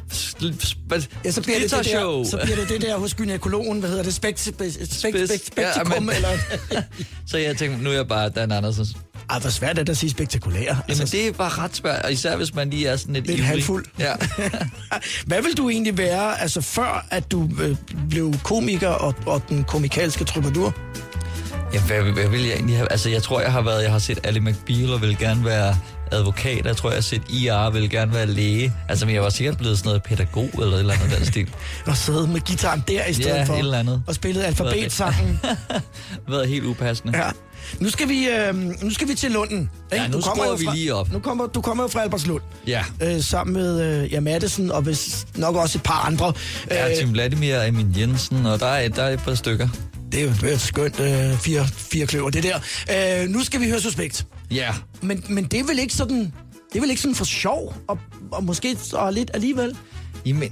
bliver det det der hos gynækologen, hvad hedder det? Spektikum, eller... Så jeg tænkte, nu er jeg bare Dan Andersens. Ej, hvor svært er det at sige spektakulær. Jamen, det er bare ret svært, og især hvis man lige er sådan lidt halvfuld. Ja. Hvad vil du egentlig være, altså før at du blev komiker og den komikalske troubadour? Ja, hvad vil jeg egentlig have? Altså, jeg tror, jeg har set Ally McBeal og vil gerne være advokat. Jeg tror, jeg har set IR vil gerne være læge. Altså, men jeg var sikkert blevet sådan noget pædagog eller et eller andet den stil. Og sidde med gitaren der i stedet for. Ja, et eller andet. Og spillet alfabetsangen. Været helt upassende. Ja. Nu skal vi til Lunden. Ja, nu skruer vi lige op. Du kommer jo fra Albertslund. Ja. Sammen med Madsen og hvis nok også et par andre. Ja, Tim Vladimir og Emil Jensen, og der er et par stykker. Det er jo et skønt fire kløver, det der. Nu skal vi høre Suspekt. Ja. Men det er vel ikke sådan... Det er vel ikke sådan for sjov, og måske så lidt alligevel? Jamen,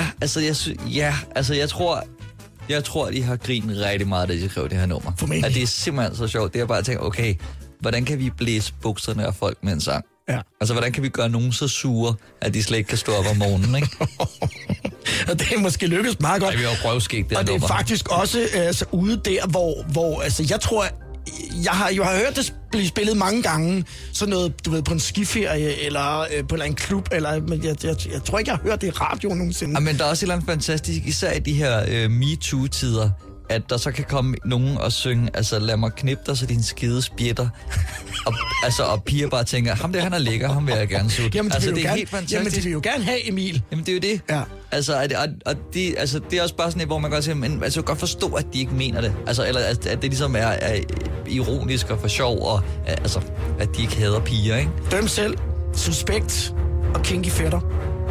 jeg tror, de har grinet rigtig meget, da de skrev det her nummer. Formentlig. At det er simpelthen så sjovt. Det er bare at tænke, okay, hvordan kan vi blæse bukserne af folk med en sang? Ja. Altså, hvordan kan vi gøre nogen så sure, at de slet ikke kan stå op om morgenen, ikke? Og det er måske lykkes meget godt. Ej, vi har jo røvskægt det og det er nummer. faktisk også ude der, hvor altså, jeg tror... Jeg har hørt det blive spillet mange gange, sådan noget, du ved, på en skiferie, eller på en klub, men jeg tror ikke, jeg har hørt det i radioen nogensinde. Ja, men der er også et eller andet fantastisk, især i de her MeToo-tider, at der så kan komme nogen og synge, altså lad mig knippe dig, så din skide spjætter. og piger bare tænker, ham der, han er lækker, ham vil jeg gerne sutte. Jamen, altså, det er helt fantastisk. Jamen, de vil jo gerne have Emil. Jamen, det er jo det. Ja. Altså, det er også bare sådan et, hvor man godt siger, men altså, jeg kan godt forstå, at de ikke mener det. Altså, eller at det ligesom er ironisk og for sjov, og altså, at de ikke hader piger, ikke? Døm selv, Suspekt og kinky fætter.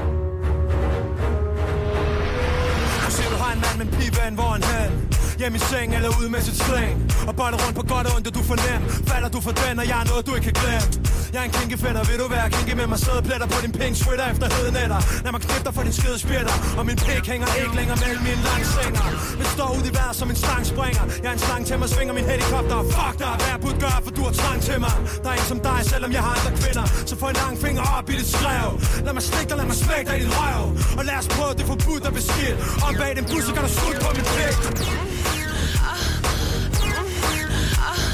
Du ser, du har en mand med en pigevand, hvor han hen hjem i seng eller ude med sit slæng og boller rundt på godt og ondt, og du fornem falder du for den, og jeg er noget, du ikke kan glemme. Jeg er en kinkefætter, vil du være kinky med mig? Sædepletter på din pink sweater efter hedenetter. Lad mig knippe dig for din skide spjætter, og min pik hænger ikke længere mellem mine langsenger. Vi står ude i vejr som en stangspringer. Jeg er en slang til mig, svinger min helikopter. Fuck dig, hvad jeg burde gøre, for du har trang til mig. Der er en som dig, selvom jeg har andre kvinder. Så få en lang finger op i dit skrev. Lad mig stikke dig, lad mig smække dig i dit røv. Og lad os prøve det forbudt og beskidt. Om bag den bus, så kan du sutte på min pik.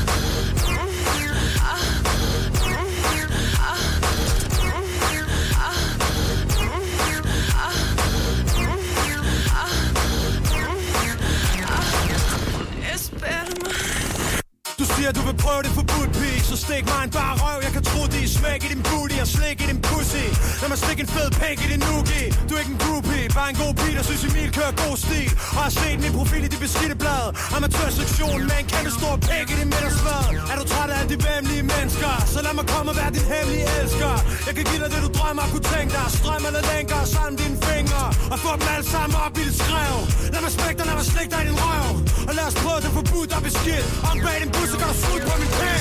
siger, du vil prøve det forbudt, pig. Så stik mig en bare røv, jeg kan tro det i smæk i din booty og slik i din pussy. Lad mig stikke en fed pink i din noogie. Du er ikke en groupie, bare en god pige, der synes Emil kører god stil. Og har set min profil i de beskidte blad. Amatørsektionen med en kæmpe stor pik i din middagsmad. Er du træt af alle de væmmelige mennesker, så lad mig komme og være din hemmelige elsker. Jeg kan give dig det, du drømmer og kunne tænke dig. Strøm eller lænker sammen dine fingre og få dem alle sammen op i dit skrev. Lad mig smække dig, lad mig slikke dig i din røv. Og lad os prøve det forbudt og beskidt. Om bag din bus, så gør du slut på min pæk.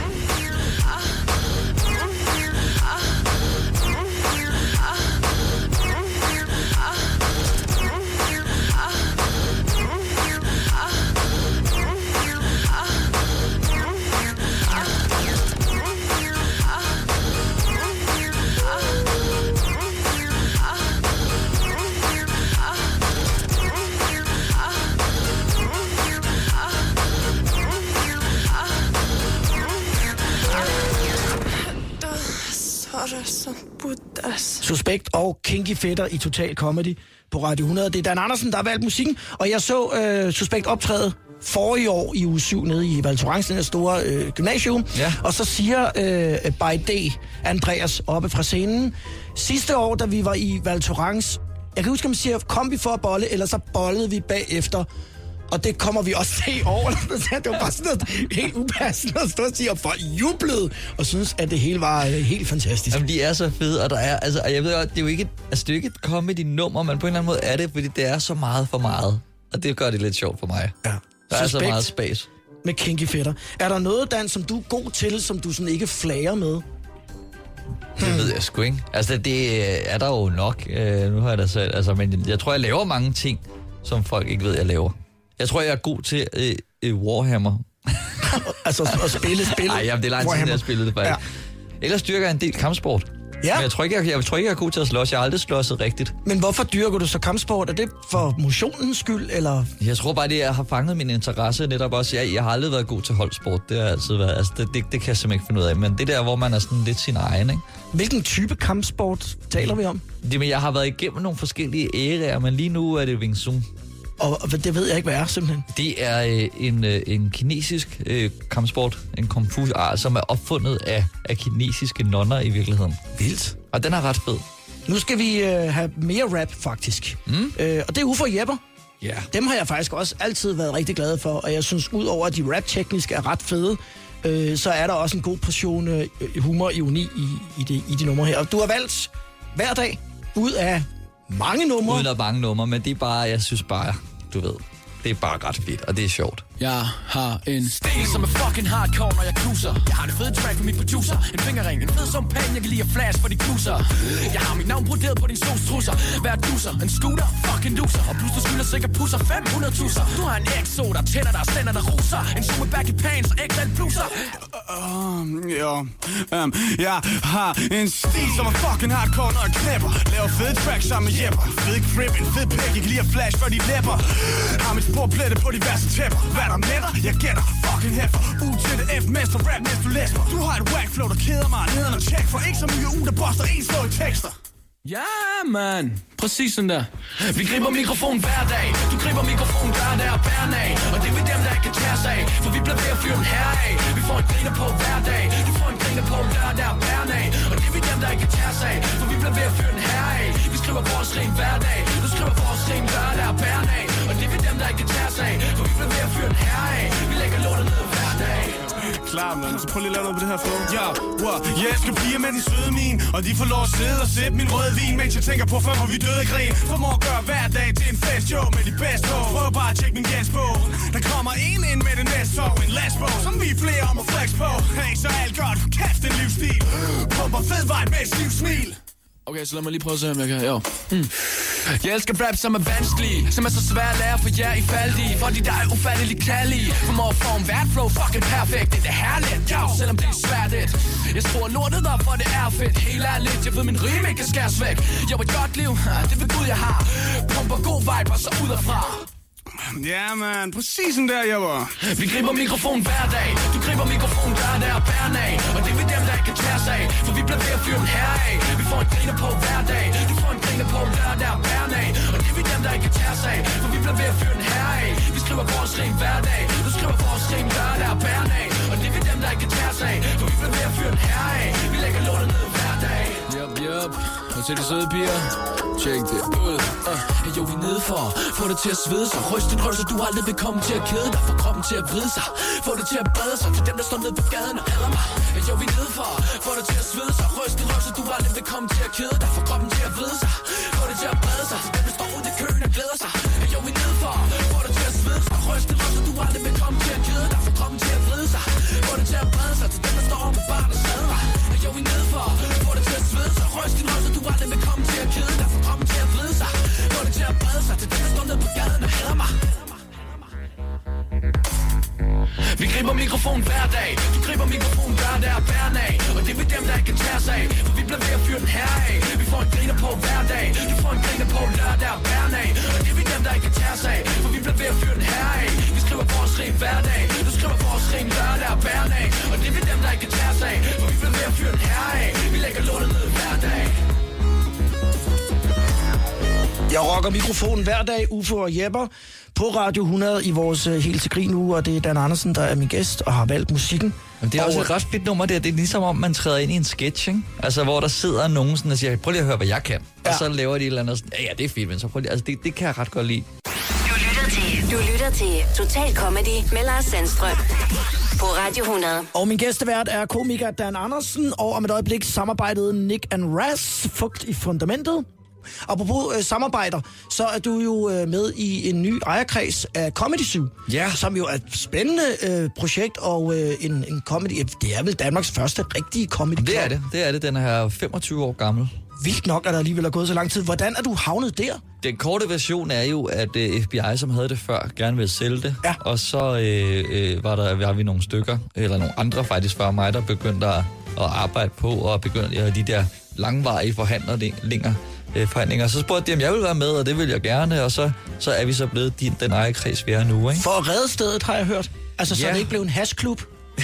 Suspekt og Kinky Fætter i Total Comedy på Radio 100. Det er Dan Andersen, der har valgt musikken, og jeg så Suspekt optræde forrige år i uge 7 nede i Val Thorens, den her store gymnasium. Ja. Og så siger by D, Andreas, oppe fra scenen, sidste år, da vi var i Val Thorens, jeg kan huske, at man siger, kom vi for at bolle, eller så bollede vi bagefter. Og det kommer vi også til over. Det var bare sådan noget helt upassende at stå og sige, og folk jublede og synes, at det hele var helt fantastisk. Jamen, de er så fede, og der er, altså, jeg ved godt, det er jo ikke et comedy-nummer, men på en eller anden måde er det, fordi det er så meget for meget. Og det gør det lidt sjovt for mig. Ja. Der er så meget space. Med Kinky Fætter. Er der noget, Dan, som du er god til, som du sådan ikke flager med? Det ved jeg sgu ikke. Altså, det er der jo nok. Nu har jeg da selv. Altså, men jeg tror, jeg laver mange ting, som folk ikke ved, jeg laver. Jeg tror, jeg er god til Warhammer. Altså at spille? Nej, det er lang tid, jeg har spillet det faktisk. Ja. Ellers dyrker jeg en del kampsport. Ja. Men jeg tror ikke, jeg er god til at slås. Jeg har aldrig slåsset rigtigt. Men hvorfor dyrker du så kampsport? Er det for motionens skyld, eller? Jeg tror bare, det har fanget min interesse netop også. Jeg har aldrig været god til holdsport. Det har altid været. Altså, det kan jeg simpelthen ikke finde ud af. Men det der, hvor man er sådan lidt sin egen, ikke? Hvilken type kampsport taler vi om? Men jeg har været igennem nogle forskellige æraer, men lige nu er det Wing Chun. Og det ved jeg ikke, hvad er simpelthen. Det er en kinesisk kampsport, en kung fu, som er opfundet af kinesiske nonner i virkeligheden. Vildt. Og den er ret fed. Nu skal vi have mere rap, faktisk. Og det er Uffe og Jepper. Ja. Dem har jeg faktisk også altid været rigtig glad for, og jeg synes, udover at de rap-teknisk er ret fede, så er der også en god portion humor og ironi i de numre her. Og du har valgt hver dag ud af mange numre. Uden af mange numre, men det er bare, jeg synes bare, du ved, det er bare ret fedt, og det er sjovt. Jeg har en stil, som er fucking hardcore, når jeg cruiser. Jeg har det fede track for min producer. En fingerring, en fed som pen, jeg kan lide at flash for de cruiser. Jeg har mit navn broderet på din sostrusser. Hver duser, en scooter, fucking loser. Og plus du skylder sikkert pusser 500 tusser. Du har en exo, der tænder dig, stænder der ruser. En zoom med back i pants og ægte bluser. Jeg har en stil, som er fucking hardcore, når jeg knæpper. Laver fede tracks sammen med Jepper. Fed grip, en fed pæk, jeg kan lide at flash for de læpper. Har mit spor plettet på diverse tæpper. Hvad der med dig? Jeg gætter fucking hæffer. U til det F, mester rap, mens du læser. Du har et whack flow, der keder mig nederen og check. For ikke så mye der boster en slå i tekster. Ja, man. Præcis sådan der. Vi griber mikrofonen hver dag. Du griber mikrofonen hver dag og bæren af. Og det er vi dem, der ikke kan tage sig af. For vi bliver ved at fyre den her af. Vi får en griner på hver dag. Du får en griner på lørdag og bæren af. Og det er vi dem, der ikke kan tage sig af. For vi bliver ved at fyre den her af. Vi skriver vores rim hver dag. Du skriver vores rim lørdag og bæren af. Og det er vi dem, der ikke kan tage sig af. For vi bliver ved at fyre den her af. Vi lægger lortet ned hver dag. Klar, man. Så prøv lige at lave noget på det her flow. Ja, jeg elsker piger med den søde min. Og de får lov at sidde og sippe min røde vin. Mens jeg tænker på, før hvor vi døde i grin. Formår at gøre hver dag til en fest show med de bedste hår. Prøv bare at tjekke min gas på. Der kommer en ind med det næste år. En lastbog, som vi er flere om at flex på. Hey, så alt godt. Kæft en livsstil. Pumper fed vej med et stivt smil. Okay, så lad mig lige prøve at se, om jeg kan. Jo. Jeg elsker rap, som er vanskelige, som er så svære at lære for jer i faldige. Fordi der er ufatteligt kærlige. Formår at forme hvert flow fucking perfekt. Det er herligt, jo, selvom det er svært et. Jeg skruer lortet op, for det er fedt. Helt ærligt, jeg ved min rime ikke kan skæres væk. Jeg var et godt liv, det ved Gud jeg har. Pumper god vibe og så ud derfra. Ja, man. Præcis sådan der, jeg var. Vi griber mikrofonen hver dag. Du griber mikrofonen hver dag og bæren af. Og det er vi dem, der ikke kan tage sig af. For vi bliver ved at fyre den her af. Vi får en griner på hver dag. Du får en griner på lørdag og bæren af. Og det er vi dem, der ikke kan tage sig af. For vi bliver ved at fyre den her af. Vi skriver vores rim hver dag. Du skriver vores rim lørdag og bæren af. Og en herre. Vi lægger lortet ned hver dag. Yup. Og til de søde piger. Tjek det ud. Jo, vi er nede for. Få det til at svede sig. Ryst din røv, så du aldrig vil komme til at kede dig. Få kroppen til at vride sig. Få det til at brede sig. Til dem, der står nede på gaden og hader mig. Jo, vi er nede for. Få det til at svede sig. Ryst din røv, så du aldrig vil komme til at kede dig. Få kroppen til at vride sig. Få det til at brede sig. Til dem, der står ude i køen og glæder sig. Jo, vi er nede for. Få det til at svede sig. Ryst din røv, så du aldrig vil komme til at kede dig. Få kroppen til at vride sig. Få det til at brede sig. Til dem, der står med barn og smadrer. Jo, vi er nede for. Få det til at svede sig. Ryst din røv, så du aldrig vil komme til at kede dig. Få kroppen til at vride sig. Få det til at brede sig. Til dem, der står nede på gaden og hader mig. Vi griber mikrofonen hver dag. Du griber mikrofonen hver dag og bæren af. Og det er vi dem, der ikke kan tage sig af. For vi bliver ved at fyre den her af. Vi får en griner på hver dag. Du får en griner på lørdag og bæren af. Og det er vi dem, der ikke kan tage sig af. For vi bliver ved at fyre den her af. Vi skriver vores rim hver dag. Du skriver vores rim lørdag og bæren af. Og det er vi dem, der ikke kan tage sig af. For vi bliver ved at fyre den her af. Vi lægger lortet ned hver dag. Jeg rocker mikrofonen hver dag, Uffe og Jepper, på Radio 100 i vores Helt til Grin uge, og det er Dan Andersen, der er min gæst og har valgt musikken. Men det er også et ret fedt nummer der. Det er ligesom om, man træder ind i en sketch, ikke? Altså, hvor der sidder nogen sådan og siger, prøv lige at høre, hvad jeg kan. Ja. Og så laver de et eller andet sådan, ja, det er fint, men så prøv lige. Altså, det kan jeg ret godt lide. Du lytter til Total Comedy med Lars Sandstrøm på Radio 100. Og min gæstevært er komiker Dan Andersen, og om et øjeblik samarbejdede Nick and Raz, Fugt i Fundamentet. Apropos samarbejder, så er du jo med i en ny ejerkreds af Comedy Zoo, som jo er et spændende projekt og en comedy. Det er vel Danmarks første rigtige comedy. Det er det. Den er 25 år gammel. Vildt nok, at der alligevel er gået så lang tid. Hvordan er du havnet der? Den korte version er jo, at FBI, som havde det før, gerne ville sælge det. Ja. Og så var vi nogle stykker, eller nogle andre faktisk før mig, der begyndte at arbejde på og begyndte de der langvarige forhandlinger. Så spurgte de, om jeg ville være med, og det ville jeg gerne, og så er vi så blevet den ejerkreds, vi er nu, ikke? For at redde stedet, har jeg hørt. Altså, så det ikke blev en hashklub?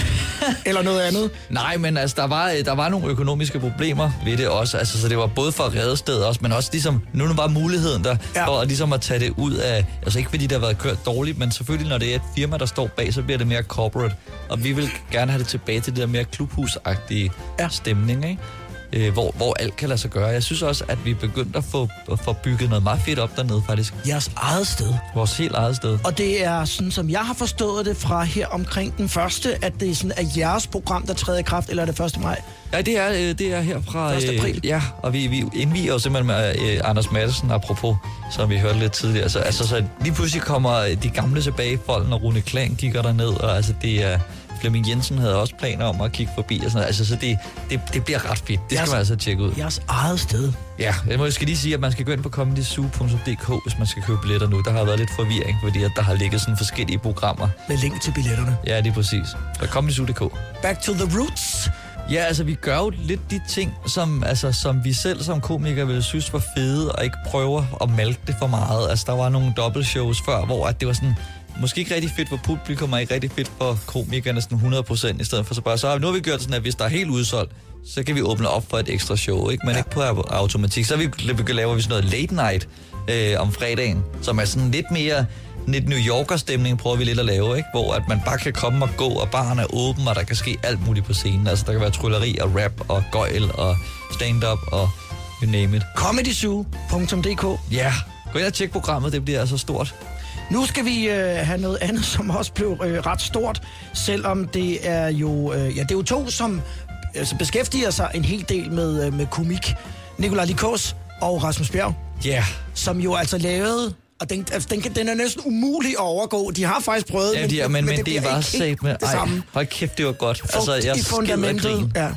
Eller noget andet? Nej, men altså, der var nogle økonomiske problemer ved det også. Altså, så det var både for at redde stedet også, men også ligesom, nu var muligheden der, for at, ligesom at tage det ud af, altså ikke fordi det har været kørt dårligt, men selvfølgelig, når det er et firma, der står bag, så bliver det mere corporate. Og vi vil gerne have det tilbage til det der mere klubhusagtige stemning, ikke? Hvor alt kan lade sig gøre. Jeg synes også, at vi er begyndt at få bygget noget meget fedt op dernede, faktisk. Jeres eget sted. Vores helt eget sted. Og det er sådan, som jeg har forstået det fra her omkring den første, at det er sådan, at jeres program, der træder i kraft, eller er det 1. maj? Ja, det er her fra 1. april. Ja, og vi indviger jo simpelthen med Anders Madsen, apropos, som vi hørte lidt tidligere. Så lige pludselig kommer de gamle tilbage, Folden og Rune Klan kigger derned, og altså det er... Flemming Jensen havde også planer om at kigge forbi og sådan noget. Altså, så det bliver ret fedt. Det skal man altså tjekke ud. Jeres eget sted. Ja, jeg skal lige sige, at man skal gå ind på comedysoo.dk, hvis man skal købe billetter nu. Der har været lidt forvirring, fordi at der har ligget sådan forskellige programmer. Med link til billetterne. Ja, det er præcis. Så comedysoo.dk. Back to the roots. Ja, altså vi gør jo lidt de ting, som vi selv som komikere ville synes var fede, og ikke prøver at malke det for meget. Altså der var nogle dobbeltshows før, hvor at det var sådan... Måske ikke rigtig fedt for publikum, og ikke rigtig fedt for komikerne sådan 100%, i stedet for så nu har vi gjort sådan, at hvis der er helt udsolgt, så kan vi åbne op for et ekstra show, ikke? Men ikke på automatik. Så laver vi sådan noget late night om fredagen, som er sådan lidt mere New Yorker-stemning, prøver vi lidt at lave, ikke? Hvor at man bare kan komme og gå, og baren er åben, og der kan ske alt muligt på scenen. Altså der kan være trylleri og rap og gøjl og stand-up og you name it. comedysoo.dk. Ja, gå ind og tjek programmet, det bliver altså stort. Nu skal vi have noget andet, som også blev ret stort, selvom det er jo, det er jo to, som beskæftiger sig en hel del med komik. Nikolaj Likos og Rasmus Bjerg. Ja. Yeah. Som jo altså lavede, og den er næsten umulig at overgå. De har faktisk prøvet, men det var sat med. Ej, hold kæft, det var godt. Altså, jeg i fundamentet. Ja.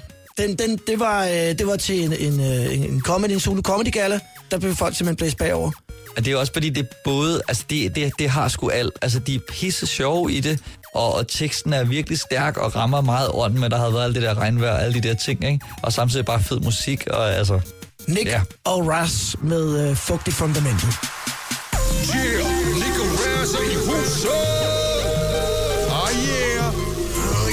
Det var til en solo comedy gala, der blev folk simpelthen blæst bagover. Det er også fordi, det er både... Altså, det har sgu alt. Altså, de er pisse sjove i det, og teksten er virkelig stærk og rammer meget ånden, men der har været alt det der regnvejr og alle de der ting, ikke? Og samtidig bare fed musik, og altså... Nick og Raz med Fugt i Fundamentet. Yeah, Nick og Raz er i huset! Oh yeah! Oh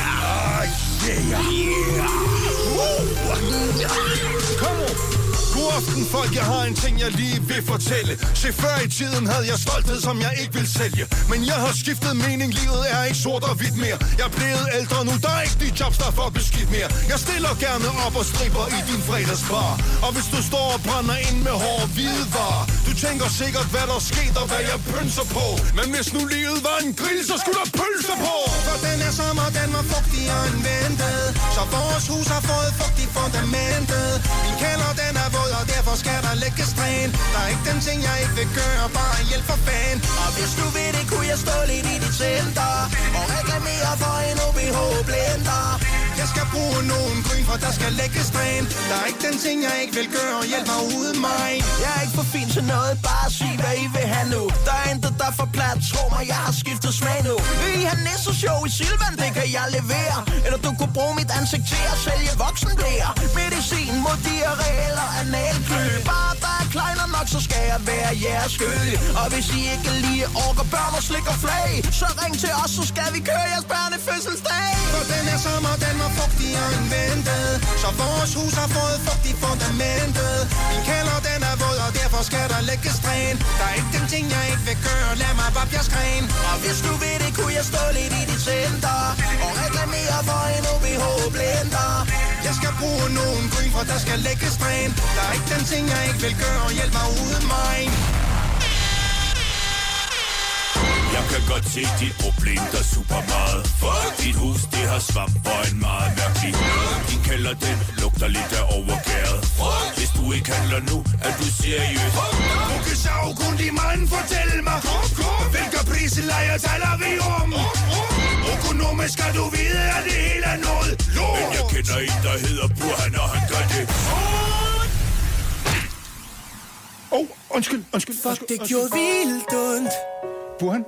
yeah! Oh yeah! Yeah! Come on! aften, folk, jeg har en ting, jeg lige vil fortælle. Se, før i tiden havde jeg stolthed, som jeg ikke vil sælge. Men jeg har skiftet mening, livet er ikke sort og hvidt mere. Jeg er blevet ældre nu, der er ikke de jobs, der får beskidt mere. Jeg stiller gerne op og stripper i din fredagsbar. Og hvis du står og brænder ind med hårde hvidevarer, du tænker sikkert, hvad der skete og hvad jeg pønser på. Men hvis nu livet var en grill, så skulle der pølser på. For den er sommer, den var fugtig og en ventet. Så vores hus har fået fugtig fundamentet. Min kælder, den er våd, og derfor skal der lægges dræn. Der er ikke den ting, jeg ikke vil gøre, bare hjælp for fan. Og hvis du vil det, kunne jeg stå lidt i dit center og reklamere for en OBH-blender. Jeg skal bruge nogen gryn, for der skal lægges dræn. Der er ikke den ting, jeg ikke vil gøre, hjælp mig uden mig. Jeg er ikke for fin til noget, bare sig, hvad I vil have nu. Der er intet, der er for plat, tro mig, jeg har skiftet smag nu. Vil I have næste show i Silvan, det kan jeg levere. Eller du kunne bruge mit ansigt til at sælge voksenblære. Medicin mod diarré eller analklø. Bare der er kleiner nok, så skal jeg være jeres skød. Og hvis I ikke lige orker børn og slik og flag, så ring til os, så skal vi køre jeres børnefødselsdag. For den er sommer, den var fugtig og en ventet. Så vores hus har fået fugtig fundamentet. Min kælder, den er våd, og derfor skal der lægges dræn. Der er ikke den ting, jeg ikke vil gøre, lad mig bare bjerg skræn. Og hvis du vil det, kunne jeg stå lidt i dit center og reklamere for en OBH-blender. Jeg skal bruge nogen gryn, for der skal lægges dræn. Der er ikke den ting, jeg ikke vil gøre, hjælp mig uden mig. Jeg kan godt se dit problem, der er super meget. For dit hus, det har svamp for en meget mærkelig. Din kælder, den lugter lidt af overgæret. Hvis du ikke handler nu, er du seriøs. Du kan så kun de mand fortælle mig, hvilke priselejer taler vi om. Økonomisk skal du vide, at det hele er noget lort. Men jeg kender en, der hedder Burhan, og han gør det. Undskyld. Fuck, det gjorde vildt ondt. Burhan.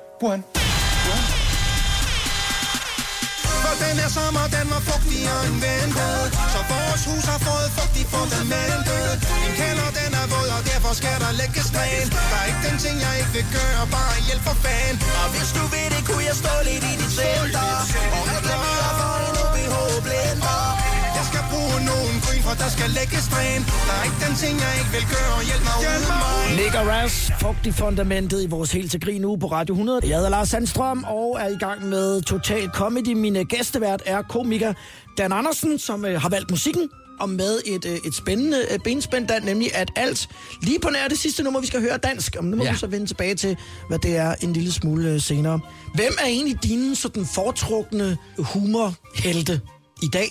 For den er sommer, den var fugtig og en ventet. Så vores hus har fået fugtig fundamentet. Min kælder, den er våd, og derfor skal der lægges dræn. Der er ikke den ting, jeg ikke vil gøre, bare hjælp for fan. Og hvis du vil det, kunne jeg stå lidt i dit center og reklamere for en OBH-blender. Jeg skal bruge nogen gryn, for der skal lægges dræn. Der er ikke den ting, jeg ikke vil gøre, hjælp mig uden mig. Nick og Ras, fugtig fundamentet i vores helt til grin uge på Radio 100. Jeg hedder Lars Sandstrøm og er i gang med Total Comedy. Min gæstevært er komiker Dan Andersen, som har valgt musikken. Og med et spændende benspænd, nemlig at alt lige på nær det sidste nummer, vi skal høre dansk. Og nu må vi så vende tilbage til, hvad det er en lille smule senere. Hvem er egentlig dine sådan foretrukne humorhelte i dag?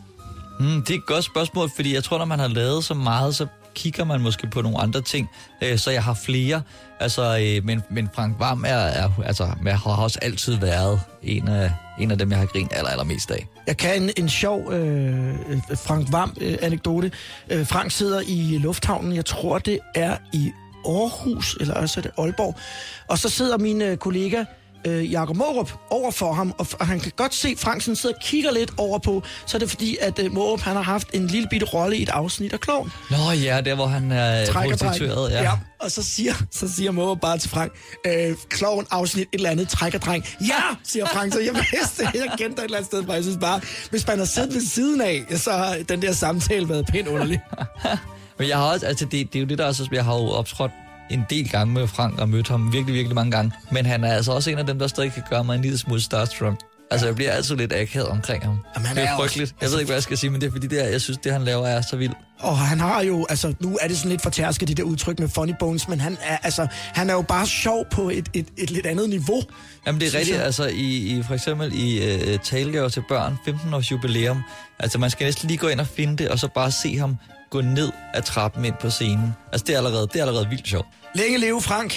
Det er et godt spørgsmål, fordi jeg tror, når man har lavet så meget, så kigger man måske på nogle andre ting. Så jeg har flere. Altså, men Frank Hvam har også altid været en af dem, jeg har grint allermest af. Jeg kan en sjov Frank Hvam-anekdote. Frank sidder i lufthavnen, jeg tror det er i Aarhus, eller også er det Aalborg. Og så sidder min kollega Jakob Mårup over for ham, og han kan godt se, Frank sidder og kigger lidt over på, så er det fordi, at Mårup han har haft en lille bitte rolle i et afsnit af Klovn. Nå ja, der hvor han er prostitueret. Ja. Og så siger Mårup bare til Frank, Klovn afsnit et eller andet trækkerdreng. Ja, siger Frank, så jeg vidste, jeg kendte et eller andet sted, for jeg synes bare, hvis man har siddet ved siden af, så har den der samtale været pænt underlig. Men jeg har også, altså det er jo det der også, jeg har jo optrådt en del gange med Frank og mødt ham virkelig, virkelig mange gange. Men han er altså også en af dem, der stadig kan gøre mig en lille smule starstruck. Altså, jeg bliver altid lidt akavet omkring ham. Jamen, det er frygteligt. Jeg ved ikke, hvad jeg skal sige, men det er fordi, jeg synes, det han laver er så vildt. Og han har jo, altså, nu er det sådan lidt for tærsket, det der udtryk med funny bones, men han er jo bare sjov på et lidt andet niveau. Jamen, det er rigtigt, altså, for eksempel i talegaver til børn, 15-års jubilæum. Altså, man skal næsten lige gå ind og finde det, og så bare se ham gå ned ad trappen ind på scenen. Altså, det er allerede vildt sjovt. Længe leve Frank,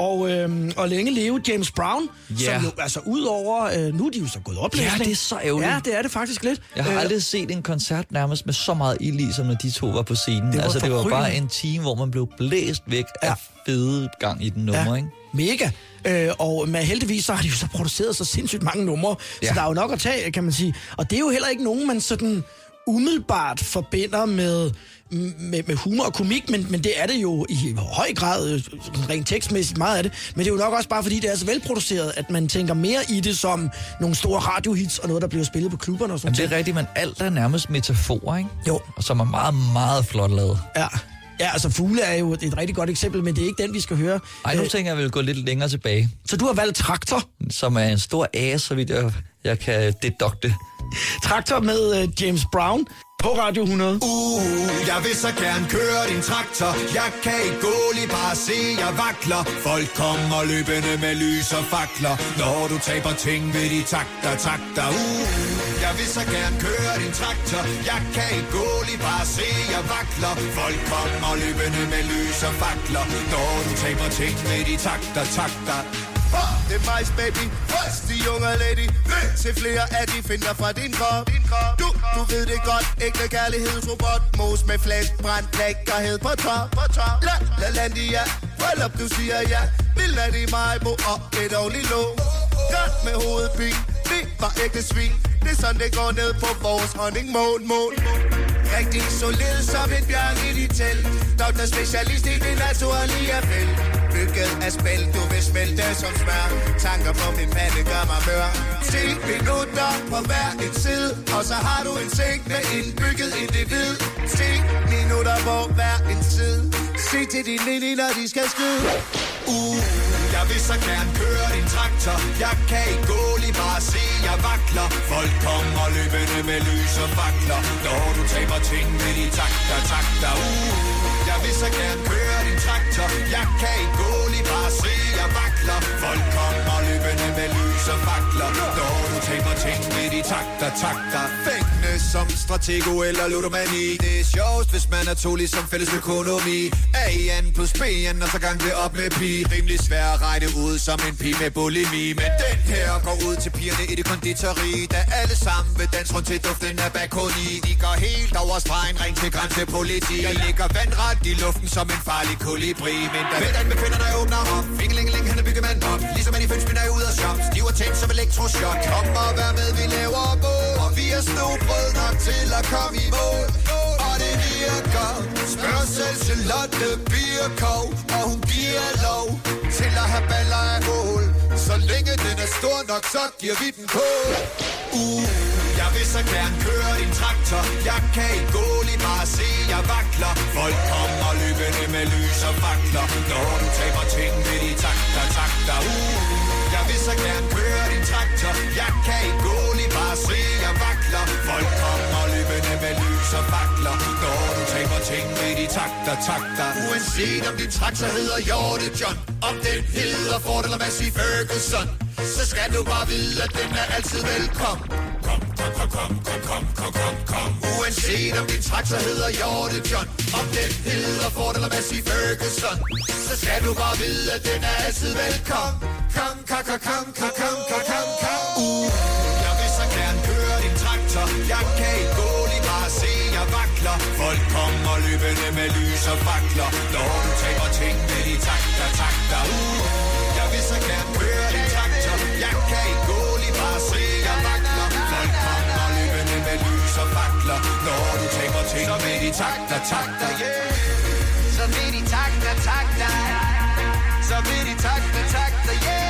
og længe leve James Brown, som jo, altså udover, nu er de jo så gået op. Ja, det er så ærgerligt. Ja, det er det faktisk lidt. Jeg har aldrig set en koncert nærmest med så meget ild i, som når de to var på scenen. Det var bare en time, hvor man blev blæst væk af fede gang i den nummer, ikke? Mega. Og heldigvis så har de jo så produceret så sindssygt mange numre, så der er jo nok at tage, kan man sige. Og det er jo heller ikke nogen, man sådan umiddelbart forbinder med humor og komik, men det er det jo i høj grad, rent tekstmæssigt meget af det, men det er jo nok også bare fordi, det er så velproduceret, at man tænker mere i det som nogle store radiohits og noget, der bliver spillet på klubberne og sådan noget. Det er rigtigt, men alt er nærmest metafor, ikke? Jo. Og som er meget, meget flot lavet. Ja. Ja, altså fugle er jo et rigtig godt eksempel, men det er ikke den, vi skal høre. Ej, nu tænker jeg, at jeg vil gå lidt længere tilbage. Så du har valgt Traktor? Som er en stor as, så vidt jeg kan dedukte. Traktor med James Brown på Radio 100. Jeg vil så gerne køre din traktor. Jeg kan ikke gå lige bare se, jeg vakler. Folk kommer løbende med lys og fakler. Når du taber ting ved de takter. Jeg vil så gerne køre din traktor. Jeg kan ikke gå lige bare se, jeg vakler. Folk kommer løbende med lys og fakler. Når du taber ting ved de takter. Det er Mice Baby, de unge lady. Se flere af de finder fra din krop. Du ved det godt, ægte kærlighedsrobot. Mos med flæsk, brændt lækkerhed på top. La Landia, hold op, du siger ja. Vil lade de mig bo og et ordentligt låg. Godt med hovedpine, vi var ægte svin. Det er sådan, det går ned på vores honningsmål. Rigtig solid som en bjørn i dit telt. Doktor specialist i det naturlige felt. Bygget af spil, du vil smelte som smør. Tanker på min pande gør mig mør. 10 minutter på hver en side. Og så har du en seng med indbygget individ. 10 minutter på hver en side. Sig til din mini, når de skal skyde. Jeg vil så gerne køre din traktor. Jeg kan ikke gå lige bare se, jeg vakler. Folk kommer løbende med lys og fakler. Når du taber ting med de takter. Jeg vil så gerne køre din traktor. Jeg kan ikke gå lige bare se, jeg vakler. Folk kommer løbende med lys og fakler. Når du taber ting med de takter. Fængende som stratego eller ludomani. Det er sjovest, hvis man er to ligesom fælles økonomi. A'en plus B'en, og så gang det op med pi. Rimelig svær at regne ud som en pige med bulimi. Men den her går ud til pigerne i det konditori. Da alle sammen vil danse rundt til duften af bakoni. De går helt over stregen, ring til grænsepoliti. Jeg ligger vandret i luften som en farlig kolibri. Men da vælter med kvinderne åbner op. Fingelingeling, han er byggemand op. Ligesom man i fødselsmænd er ude af shop. Stiver tændt som elektroshot. Kom og vær med, vi laver båd. Og vi er snobrød nok til at komme i mål. Og det virker. Spørg selv Charlotte Birkov. Og hun giver lov til at have baller af ål. Så længe den er stor nok, så giver vi den på. Jeg vil så gerne køre din traktor. Jeg kan ikke gå lige bare se, jeg vakler. Folk kommer løbende med lys og fakler. Når du taber ting ved de takter. Jeg vil så gerne køre din traktor. Jeg kan ikke gå lige bare se, jeg vakler. Folk kommer løbende med lys og fakler. Når du taber ting ved de takter. Uanset om din traktor hedder Hjorte John, om den hedder Ford eller Massey Ferguson, så skal du bare vide, at den er altid velkommen. Kom. Uanset om din traktor hedder Hjorte John, om den hedder Ford eller Massey Ferguson, så skal du bare vide, at den er altid velkommen. Kom. Jeg vil så gerne køre din traktor. Jeg kan ikke gå lige bare se, jeg vakler. Folk kommer løbende med lys og fakler. Når du taber ting med de takter. Jeg vil så gerne køre din traktor. Jeg kan ikke gå lige bare se, jeg vakler. Folk kommer løbende med lys og fakler. Når du taber ting med de takter. Så med de takter. Så med de takter, yeah.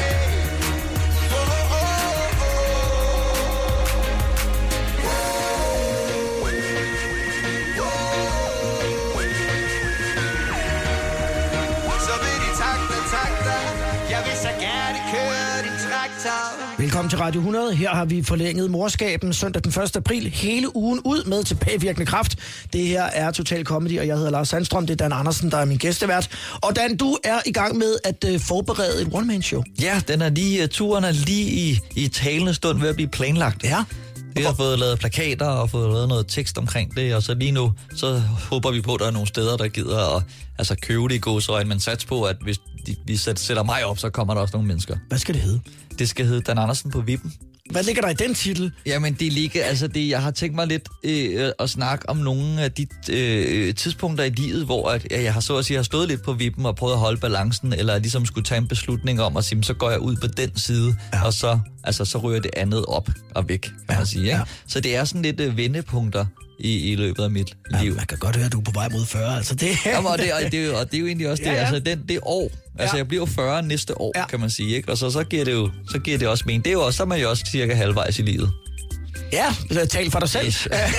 Jeg vil så gerne køre din traktor. Velkommen til Radio 100. Her har vi forlænget morskaben søndag den 1. april hele ugen ud med tilbagevirkende kraft. Det her er Total Comedy, og jeg hedder Lars Sandstrøm. Det er Dan Andersen, der er min gæstevært. Og Dan, du er i gang med at forberede et one-man-show. Ja, turen er lige i talende stund ved at blive planlagt. Ja. Vi har fået lavet plakater og fået lavet noget tekst omkring det, og så lige nu, så håber vi på, at der er nogle steder, der gider at købe det i gåseøjne, men sats på, at hvis de sætter mig op, så kommer der også nogle mennesker. Hvad skal det hedde? Det skal hedde Dan Andersen på Vippen. Hvad ligger der i den titel? Jamen, jeg har tænkt mig lidt at snakke om nogle af de tidspunkter i livet, hvor jeg har så at sige har stået lidt på vippen og prøvet at holde balancen, eller ligesom skulle tage en beslutning om at sige, så går jeg ud på den side, og så ryger det andet op og væk, kan man sige. Ikke? Ja. Så det er sådan lidt vendepunkter i løbet af mit liv. Man kan godt høre, at du er på vej mod 40, altså det. Jamen, og det er jo egentlig også det, altså det år. Altså, jeg bliver jo 40 næste år, kan man sige, ikke? Og så giver det også mening. Det er jo også, så er man jo også cirka halvvejs i livet. Ja, tal for dig selv.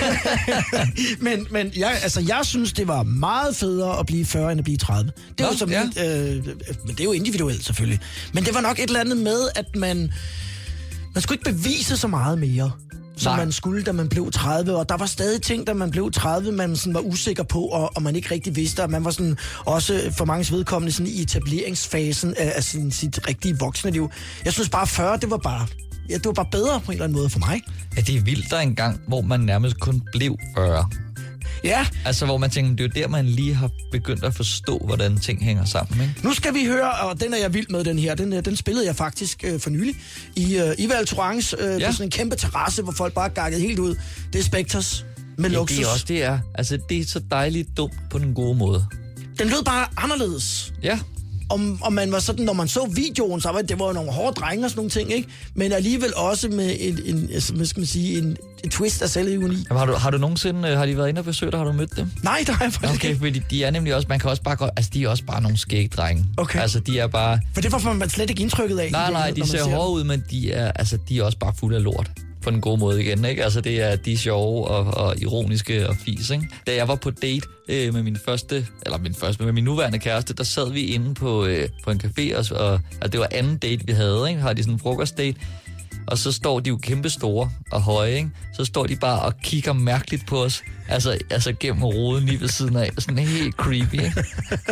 men jeg synes, det var meget federe at blive 40 end at blive 30. Det var men det er jo individuelt selvfølgelig. Men det var nok et eller andet med, at man skulle ikke bevise så meget mere, som man skulle, da man blev 30. Og der var stadig ting, da man blev 30, man sådan var usikker på, og man ikke rigtig vidste. Og man var sådan også for mange vedkommende sådan i etableringsfasen af sit rigtige voksne liv. Jeg synes bare 40, det var bare bedre på en eller anden måde for mig. Ja, det er vildt, der engang, hvor man nærmest kun blev 40. Ja. Altså, hvor man tænker, det er jo der, man lige har begyndt at forstå, hvordan ting hænger sammen, ikke? Nu skal vi høre, og den er jeg vild med, den her. Den spillede jeg faktisk for nylig i Val Thorens på sådan en kæmpe terrasse, hvor folk bare gakkede helt ud. Det er Spectres med Luxus. Det er også, det er. Altså, det er så dejligt dumt på den gode måde. Den lød bare anderledes. Ja. Og man var sådan, når man så videoen, så var det var jo nogle hårde drenge og sådan nogle ting, ikke? Men alligevel også med en twist af selvironi. Har du nogensinde, har de været inde og besøgt dig? Har du mødt dem? Nej, der har jeg faktisk ikke. Okay, de er nemlig også, man kan også bare godt, altså de er også bare nogle skægdrenge. Okay. Altså de er bare... For det får man slet ikke indtrykket af. Nej, de ser hårde ud, men de er også bare fulde af lort. På den gode måde igen, ikke? Altså, de er sjove og ironiske og fis, ikke? Da jeg var på date med med min nuværende kæreste, der sad vi inde på en café, og det var anden date, vi havde, ikke? Har de sådan en frokostdate, og så står de jo kæmpe store og høje, ikke? Så står de bare og kigger mærkeligt på os, altså gennem roden lige ved siden af, sådan helt creepy, ikke?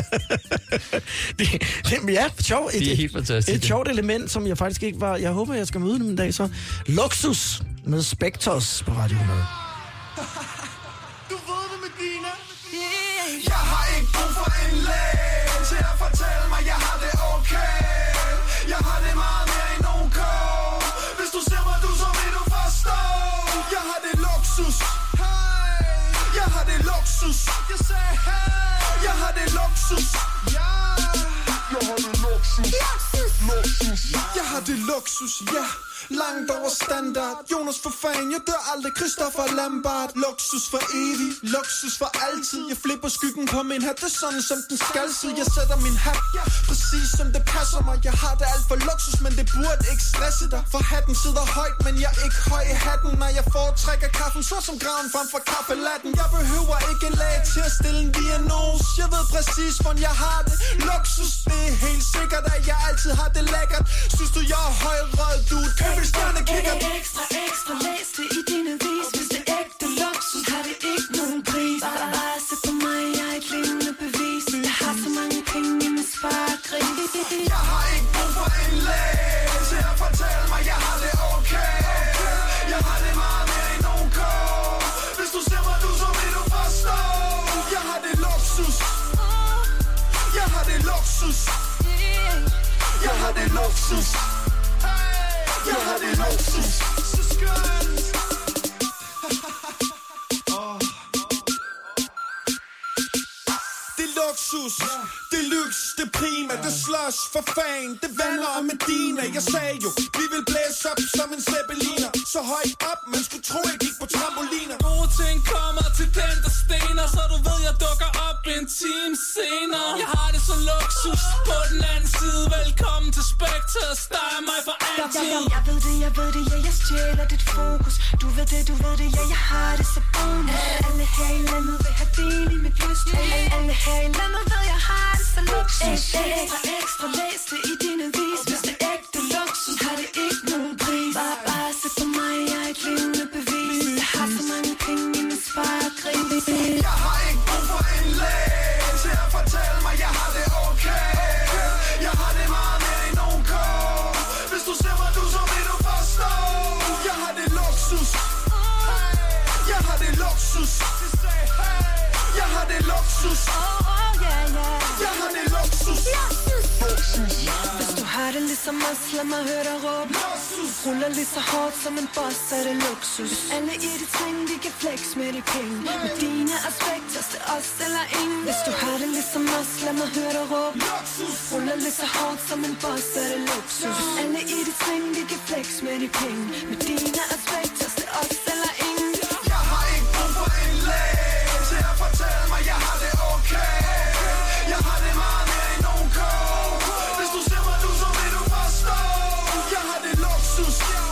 Sjovt. Det er helt fantastisk. Et sjovt element, som jeg faktisk ikke var... Jeg håber, jeg skal møde dem en dag, så... Luxus med Spectres på Radio 100. Du ved det, Medina. Jeg har ikke brug for en læge til at fortælle mig, jeg har det okay. Jeg har det meget mere end OK. Hvis du ser mig, så vil du forstå. Jeg har det luksus. Jeg har det luksus. Jeg sagde hey. Jeg har det luksus. Ja. Jeg har det luksus. Luksus. Jeg har det luksus, ja. Langt over standard. Jonas for fan, jeg dør aldrig. Christopher Lambert. Luksus for evig, luksus for altid. Jeg flipper skyggen på min hat. Det er sådan, som den skal sidde. Jeg sætter min hat, præcis som det passer mig. Jeg har det alt for luksus, men det burde ikke stresse dig. For hatten sidder højt, men jeg er ikke høj i hatten. Når jeg foretrækker kaffen, så som graven frem for kaffelatten. Jeg behøver ikke en læge til at stille en diagnose. Jeg ved præcis, hvordan jeg har det. Luksus, det er helt sikkert, at jeg altid har det lækkert. Synes du, jeg er højrød, du er købestjerne kigger. Ekstra, læs det i din avis. Hvis det er ægte luksus, har det ikke nogen pris. Bare se på mig, jeg er et levende bevis. Jeg har så mange penge i min sparegris. Jeg har ikke brug for en læge til at fortælle mig, jeg har det okay. Jeg har det meget mere end OK. Hvis du ser mig, så vil du forstå. Jeg har det luksus. Jeg har det luksus. Jeg har det luksus. Jeg har det luksus. Så skønt. Det er luksus. Det er lyks. Det er prima. Det slås for fan. Det vandrer om Medina. Jeg sagde jo, vi vil blæse op som en zeppeliner. Så højt op, man skulle tro, jeg gik på trampoliner. Gode ting kommer til den, der stener. Så du ved, jeg dukker op en time senere. Jeg har det så luksus. På den anden side, velkommen til Spectres. Der er mig for altid. Jeg ved det, ja, jeg stjæler dit fokus. Du ved det, ja, jeg har det så bonus. Alle her i landet vil have del i mit lyst. Alle her i landet ved, jeg har det så luksus. Ekstra, læs det i din avis. Hvis det er ægte luksus, har det ikke nogen pris. Bare se på mig, jeg er et levende bevis. Jeg har så mange penge i min sparegris. Jeg har ikke brug for en læge til at fortælle mig, jeg har det okay. Jeg har det meget mere end OK. Hvis du ser mig, så vil du forstå. Jeg har det luksus. Jeg har det luksus. Jeg har det luksus. Jeg har det luksus. Hvis du har det ligesom os, lad mig høre dig råbe. Ruller lige så hårdt som en boss, så er det luksus. Alle i det ting, de kan flex med de penge. Med dine aspekter, det er os eller ingen. Hvis du har det ligesom os, lad mig høre dig råbe. Ruller lige så hårdt som en boss, så er det luksus. Alle i det ting, de kan flex med de penge. Med dine aspekter, det er os eller ingen. Jeg har ikke brug for en læge til at fortælle mig, jeg har det okay. Jeg har det meget mere end OK. Hvis du ser mig, så vil du forstå. Jeg har det luksus.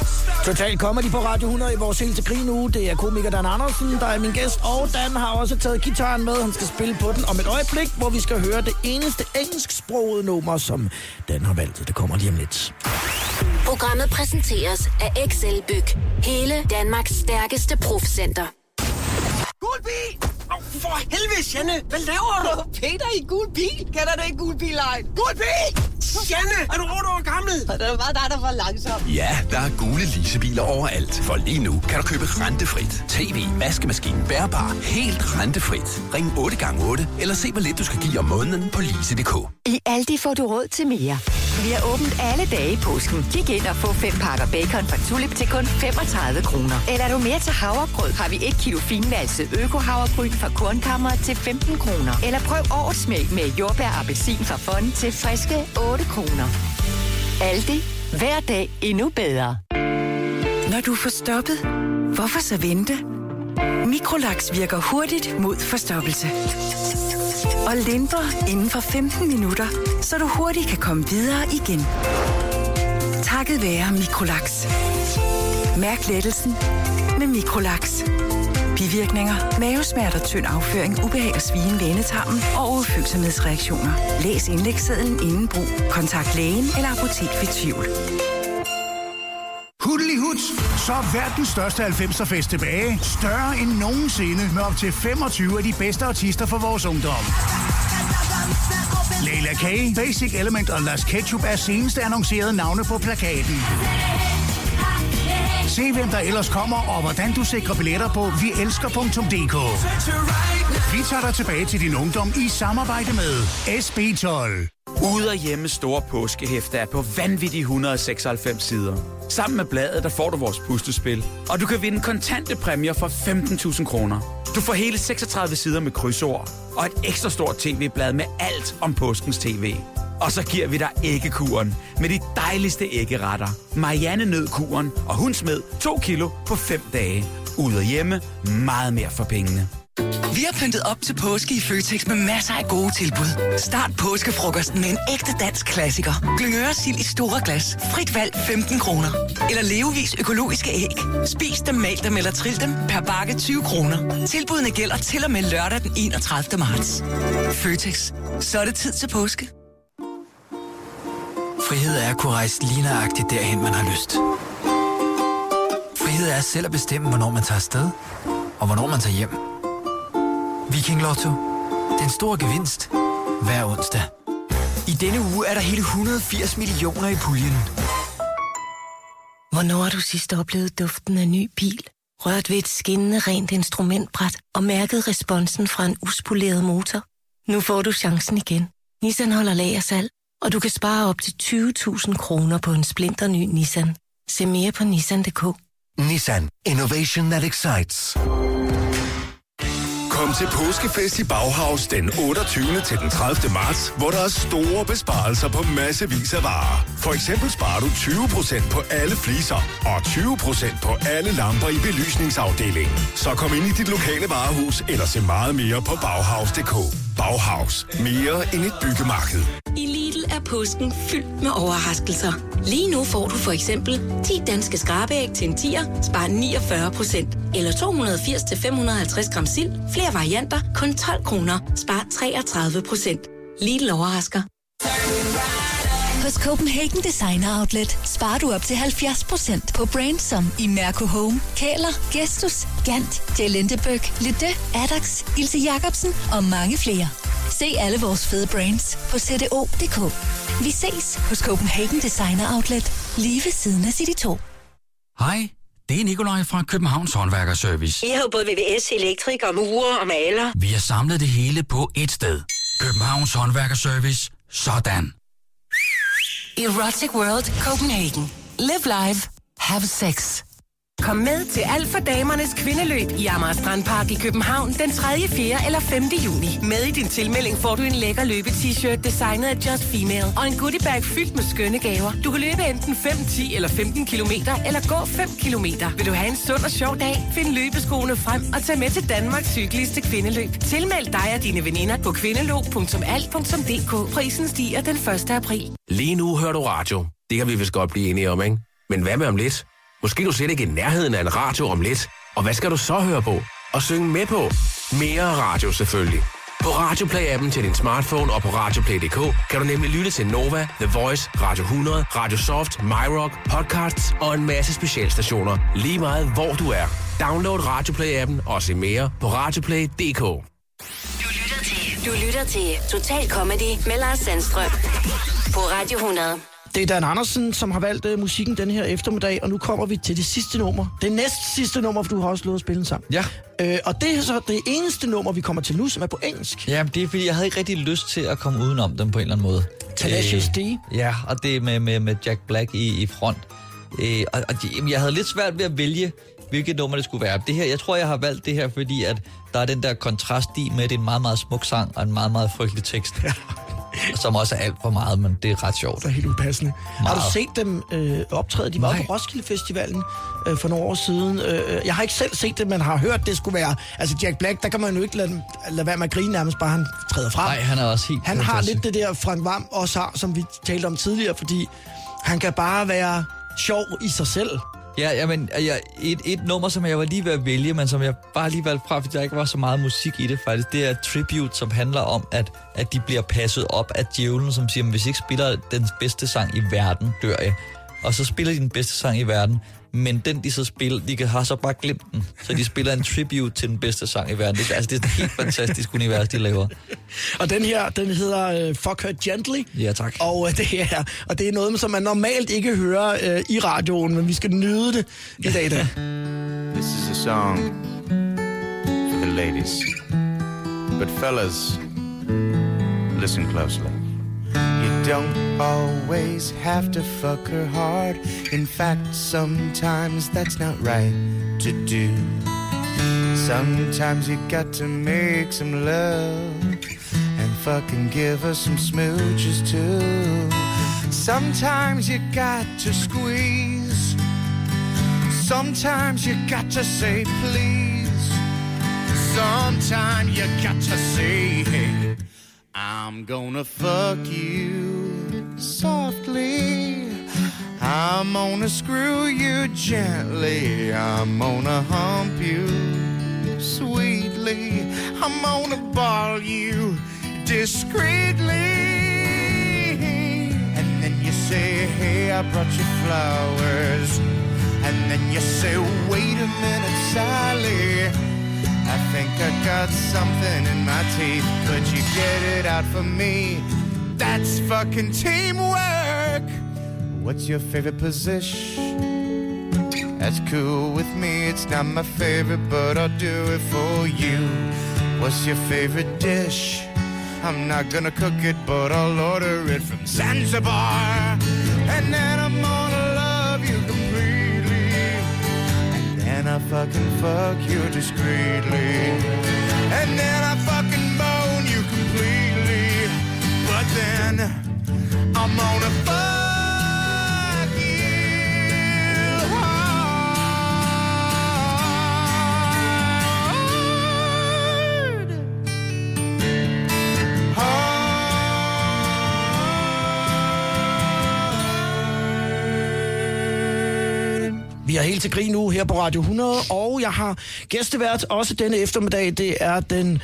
Total Comedy på Radio 100 i vores helt til grin uge. Det er komiker Dan Andersen, der er min gæst, og Dan har også taget gitaren med. Han skal spille på den om et øjeblik, hvor vi skal høre det eneste engelsksprogede nummer, som Dan har valgt. Det kommer lige om lidt. Programmet præsenteres af XL Byg. Hele Danmarks stærkeste profcenter. Gul bil! For helvede, Janne! Hvad laver du? Peter i gul bil? Kender du ikke gul bil-ej? Gul bil! Janne, er du 8 år gammel? Og det er bare dig, der var langsom. Ja, der er gule leasebiler overalt. For lige nu kan du købe rentefrit. TV, vaskemaskine, bærbar. Helt rentefrit. Ring 8x8 eller se, hvor lidt du skal give om måneden på lease.dk. I Aldi får du råd til mere. Vi har åbent alle dage i påsken. Kig ind og få 5 pakker bacon fra Tulip til kun 35 kroner. Eller er du mere til havregrød, har vi 1 kilo finvalset øko-havregryn fra Kornkammeret til 15 kroner. Eller prøv årsmælk med jordbær og appelsin fra Fond til friske 8 kroner. Aldi. Hver dag endnu bedre. Når du er forstoppet, hvorfor så vente? Microlax virker hurtigt mod forstoppelse. Og lindrer inden for 15 minutter, så du hurtigt kan komme videre igen. Takket være Microlax. Mærk lettelsen med Microlax. Bivirkninger, mavesmerter, tynd afføring, ubehag og svien, lænetarmen og overfølsomhedsreaktioner. Læs indlægssedlen inden brug. Kontakt lægen eller apotek ved tvivl. Huddelihuds, så er verdens største 90'er-fest tilbage. Større end nogensinde med op til 25 af de bedste artister for vores ungdom. Leila K, Basic Element og Las Ketchup er seneste annoncerede navne på plakaten. Se hvem der ellers kommer og hvordan du sikrer billetter på vielsker.dk. Vi tager dig tilbage til din ungdom i samarbejde med SB12. Ude og hjemme store påskehæfter er på vanvittige 196 sider. Sammen med bladet, der får du vores puslespil. Og du kan vinde kontante præmier for 15.000 kroner. Du får hele 36 sider med krydsord. Og et ekstra stort tv-blad med alt om påskens tv. Og så giver vi dig æggekuren med de dejligste æggeretter. Marianne nød kuren, og hun smed 2 kilo på 5 dage. Ude og hjemme, meget mere for pengene. Vi har pyntet op til påske i Føtex med masser af gode tilbud. Start påskefrokosten med en ægte dansk klassiker. Glyngøre sild i store glas. Frit valg 15 kroner. Eller levevis økologiske æg. Spis dem, mal dem eller trill dem per bakke 20 kroner. Tilbudene gælder til og med lørdag den 31. marts. Føtex. Så er det tid til påske. Frihed er at kunne rejse lige nøjagtigt derhen, man har lyst. Frihed er selv at bestemme, hvornår man tager afsted, og hvornår man tager hjem. Viking Lotto. Den store gevinst. Hver onsdag. I denne uge er der hele 180 millioner i puljen. Hvornår har du sidst oplevet duften af ny bil? Rørt ved et skinnende rent instrumentbræt og mærket responsen fra en uspoleret motor? Nu får du chancen igen. Nissan holder lagersalg, og du kan spare op til 20.000 kroner på en splinterny Nissan. Se mere på nissan.dk. Nissan. Innovation that excites. Kom til påskefest i Bauhaus den 28. til den 30. marts, hvor der er store besparelser på massevis af varer. For eksempel sparer du 20% på alle fliser og 20% på alle lamper i belysningsafdelingen. Så kom ind i dit lokale varehus eller se meget mere på Bauhaus.dk. Bauhaus. Mere end et byggemarked. I Lidl er påsken fyldt med overraskelser. Lige nu får du for eksempel 10 danske skrabeæg til en 10'er, spar 49%. Eller 280-550 gram sild, flere varianter, kun 12 kroner, spar 33%. Lidl overrasker. Hos Copenhagen Designer Outlet sparer du op til 70% på brands som Imerco Home, Kæler, Gestus, Gant, J.Lindebøg, Lede, Addax, Ilse Jacobsen og mange flere. Se alle vores fede brands på cdo.dk. Vi ses hos Copenhagen Designer Outlet, lige ved siden af City 2. Hej, det er Nikolaj fra Københavns Håndværkerservice. Vi har jo både VVS, elektriker, murer og maler. Vi har samlet det hele på ét sted. Københavns Håndværkerservice. Sådan. Erotic World Copenhagen. Live live. Have sex. Kom med til Alt for damernes kvindeløb i Amager Strandpark i København den 3., 4. eller 5. juni. Med i din tilmelding får du en lækker løbe-t-shirt designet af Just Female og en goodiebag fyldt med skønne gaver. Du kan løbe enten 5, 10 eller 15 kilometer eller gå 5 kilometer. Vil du have en sund og sjov dag? Find løbeskoene frem og tag med til Danmarks hyggeligste kvindeløb. Tilmeld dig og dine veninder på kvindeløb.alt.dk. Prisen stiger den 1. april. Lige nu hører du radio. Det kan vi vist godt blive enige om, ikke? Men hvad med om lidt? Måske du slet ikke i nærheden af en radio om lidt. Og hvad skal du så høre på? Og synge med på? Mere radio selvfølgelig. På Radioplay-appen til din smartphone og på radioplay.dk kan du nemlig lytte til Nova, The Voice, Radio 100, Radio Soft, MyRock, podcasts og en masse specialstationer. Lige meget hvor du er. Download Radioplay-appen og se mere på radioplay.dk. Du lytter til Total Comedy med Lars Sandstrøm på Radio 100. Det er Dan Andersen, som har valgt musikken den her eftermiddag, og nu kommer vi til det sidste nummer. Det næst sidste nummer, for du har også lovet at spille en sang. Ja. Og det er så det eneste nummer, vi kommer til nu, som er på engelsk. Ja, det er fordi, jeg havde ikke rigtig lyst til at komme udenom dem på en eller anden måde. Tenacious D. Ja, og det er med Jack Black i front. Jeg havde lidt svært ved at vælge, hvilket nummer det skulle være. Det her, jeg tror, jeg har valgt det her, fordi at der er den der kontrast i med, at det er en meget, meget smuk sang og en meget, meget frygtelig tekst. Ja. Som også er alt for meget, men det er ret sjovt. Det er helt upassende. Meget. Har du set dem optræde? De var på Roskilde Festivalen for nogle år siden. Jeg har ikke selv set det, men har hørt, det skulle være... Altså Jack Black, der kan man jo ikke lade være med at grine nærmest, bare han træder frem. Nej, han er også helt... Han har lidt det der Frank Hvam også har, som vi talte om tidligere, fordi han kan bare være sjov i sig selv. Ja, men et nummer, som jeg var lige ved at vælge, men som jeg bare lige valgte fra, fordi der ikke var så meget musik i det faktisk, det er Tribute, som handler om, at de bliver passet op af djævlen, som siger, hvis I ikke spiller den bedste sang i verden, dør jeg. Og så spiller de den bedste sang i verden, men den de så spiller, de har så bare glemt den. Så de spiller en tribute til den bedste sang i verden. Det er et helt fantastisk univers, de laver. Og den her, den hedder Fuck Her Gently. Ja, tak. Og det er noget, som man normalt ikke hører i radioen, men vi skal nyde det i dag. This is a song for the ladies. But fellas, listen closely. You don't always have to fuck her hard. In fact, sometimes that's not right to do. Sometimes you got to make some love and fucking give her some smooches too. Sometimes you got to squeeze. Sometimes you got to say please. Sometimes you got to say, hey, I'm gonna fuck you softly. I'm gonna screw you gently. I'm gonna hump you sweetly. I'm gonna ball you discreetly. And then you say, hey, I brought you flowers. And then you say, wait a minute, Sally, I think I got something in my teeth. Could you get it out for me? That's fucking teamwork. What's your favorite position? That's cool with me. It's not my favorite, but I'll do it for you. What's your favorite dish? I'm not gonna cook it, but I'll order it from Zanzibar. And then I'm gonna love you completely. And then I fucking fuck you discreetly. And then I fucking bone you completely. But then I'm gonna fuck you hard. Vi er helt til grin nu her på Radio 100, og jeg har gæstevært også denne eftermiddag. Det er den...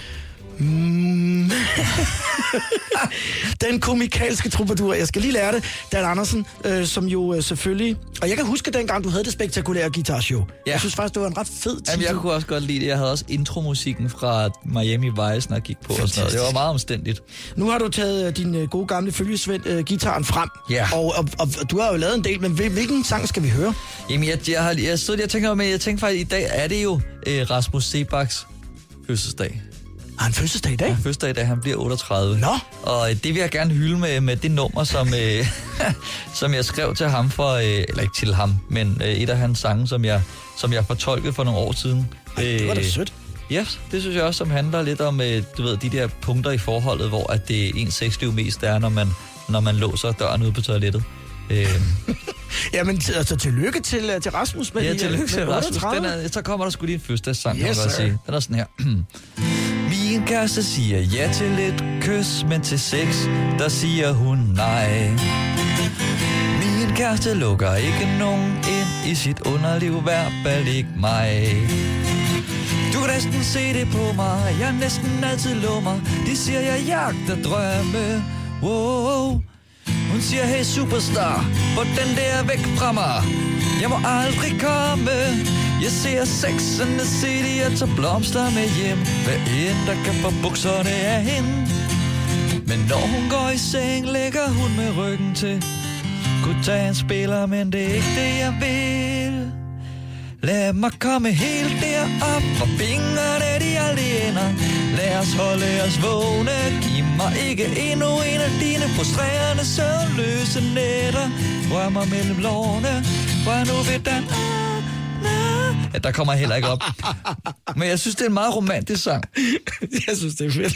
den komikalske troubadour. Jeg skal lige lære det. Dan Andersen, som jo selvfølgelig... Og jeg kan huske dengang, du havde det spektakulære guitarshow. Ja. Jeg synes faktisk, det var en ret fed titel. Jamen, jeg kunne også godt lide det. Jeg havde også intromusikken fra Miami Vice, når jeg gik på. Og sådan noget. Det var meget omstændigt. Nu har du taget din gode gamle følgesvend guitaren frem. Ja. Og du har jo lavet en del, men hvilken sang skal vi høre? Jamen, jeg tænkte faktisk, i dag er det jo Rasmus Sebaks fødselsdag. Har han fødselsdag i dag? Han har fødselsdag i dag, han bliver 38. Nå. Og det vil jeg gerne hylde med det nummer, som jeg skrev til ham for, eller ikke til ham, men et af hans sange, som jeg fortolkede for nogle år siden. Det var da sødt. Ja, yes, det synes jeg også, som handler lidt om, du ved, de der punkter i forholdet, hvor at det ens sexliv mest er, når man låser døren ude på toilettet. Jamen, altså tillykke til Rasmus med ja, tillykke til Rasmus. Så kommer der sgu lige en fødselsdagssang, kan man godt sige. Den er sådan her. Min kæreste siger ja til lidt kys, men til sex, der siger hun nej. Min Min kæreste lukker ikke nogen ind i sit underliv, hvert fald ikke mig. Du kan næsten se det på mig, jeg næsten altid lummer. De siger, jeg jagter drømme. Wow. Hun siger, hey superstar, få den der væk fra mig. Jeg må aldrig komme. Jeg ser Sex and the City, jeg tager blomster med hjem. Hvad end der kan få bukserne af hende. Men når hun går i seng, lægger hun med ryggen til. Kunne tage en spiller, men det er ikke det, jeg vil. Lad mig komme helt derop, for fingrene de aldrig ender. Lad os holde os vågne, giv mig ikke endnu en af dine frustrerende, søvnløse nætter. Rør mig mellem lårene, for nu vil den... Ja, der kommer heller ikke op. Men jeg synes, det er en meget romantisk sang. Jeg synes, det er fedt.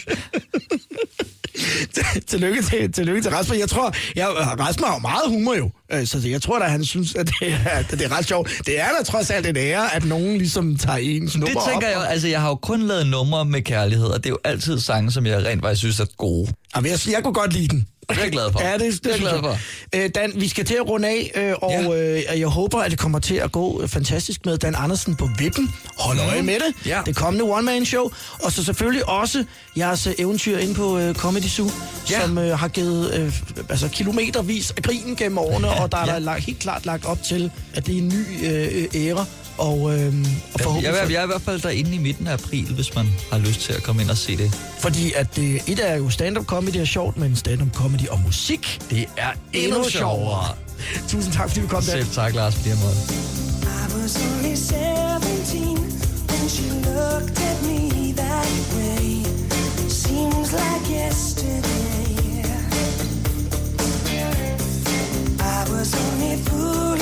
Tillykke til Rasmus. Jeg tror, Rasmus har jo meget humor jo. Så jeg tror da, han synes, at det er ret sjovt. Det er da trods alt en ære, at nogen ligesom tager ens nummer op. Det tænker jeg jo. Altså, jeg har jo kun lavet numre med kærlighed, og det er jo altid sange, som jeg rent faktisk synes er gode. Jamen, jeg kunne godt lide den. Det er jeg glad for. Ja, det er jeg glad for. Dan, vi skal til at runde af, og jeg håber, at det kommer til at gå fantastisk med Dan Andersen på Vippen. Hold øje med det. Ja. Det kommende one-man-show. Og så selvfølgelig også jeres eventyr inde på Comedy Zoo, som har givet kilometervis af grin gennem årene, og der er der helt klart lagt op til, at det er en ny æra. Og jeg er i hvert fald derinde i midten af april, hvis man har lyst til at komme ind og se det. Fordi at et er jo stand-up comedy er sjovt, men stand-up comedy og musik, det er endnu sjovere. Tusind tak, fordi du kom der. Selv tak, Lars, på den måde. I was only 17 when she looked at me that way. Seems like yesterday. I was only fool.